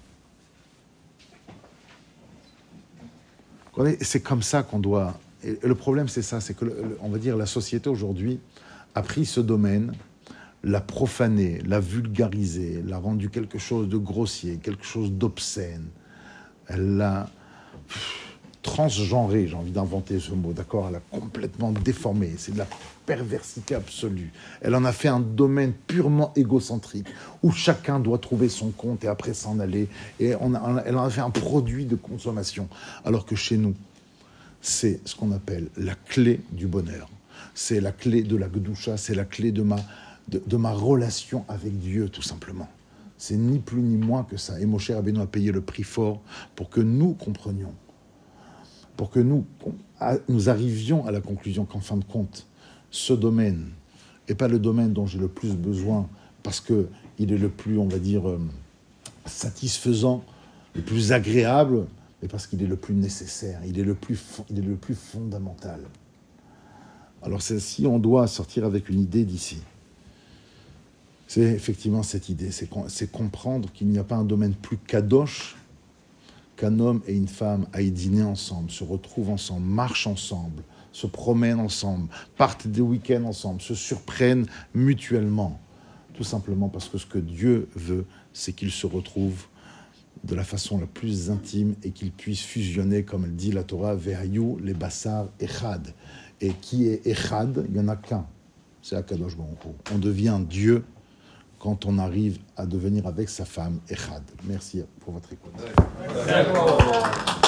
S1: C'est comme ça qu'on doit... Et le problème, c'est ça, c'est que, le, on va dire, la société aujourd'hui a pris ce domaine, l'a profané, l'a vulgarisé, l'a rendu quelque chose de grossier, quelque chose d'obscène. Elle l'a pff, transgenré, j'ai envie d'inventer ce mot, d'accord ? Elle l'a complètement déformé. C'est de la perversité absolue. Elle en a fait un domaine purement égocentrique, où chacun doit trouver son compte et après s'en aller. Et on a, elle en a fait un produit de consommation. Alors que chez nous, c'est ce qu'on appelle la clé du bonheur. C'est la clé de la Gdusha, c'est la clé de ma, de, de ma relation avec Dieu, tout simplement. C'est ni plus ni moins que ça. Et Moshe Rabbeinu a payé le prix fort pour que nous comprenions pour que nous, nous arrivions à la conclusion qu'en fin de compte, ce domaine n'est pas le domaine dont j'ai le plus besoin parce qu'il est le plus, on va dire, euh, satisfaisant, le plus agréable, mais parce qu'il est le plus nécessaire, il est le plus, il est le plus fondamental. Alors si on doit sortir avec une idée d'ici, c'est effectivement cette idée, c'est, c'est comprendre qu'il n'y a pas un domaine plus kadosh qu'un homme et une femme aillent dîner ensemble, se retrouvent ensemble, marchent ensemble, se promènent ensemble, partent des week-ends ensemble, se surprennent mutuellement. Tout simplement parce que ce que Dieu veut, c'est qu'ils se retrouvent de la façon la plus intime et qu'ils puissent fusionner, comme elle dit la Torah, Vehayu les Bassar Echad. Et qui est Echad? Il n'y en a qu'un. C'est Akadosh Baruch Hu. On devient Dieu quand on arrive à devenir avec sa femme Echad. Merci pour votre écoute.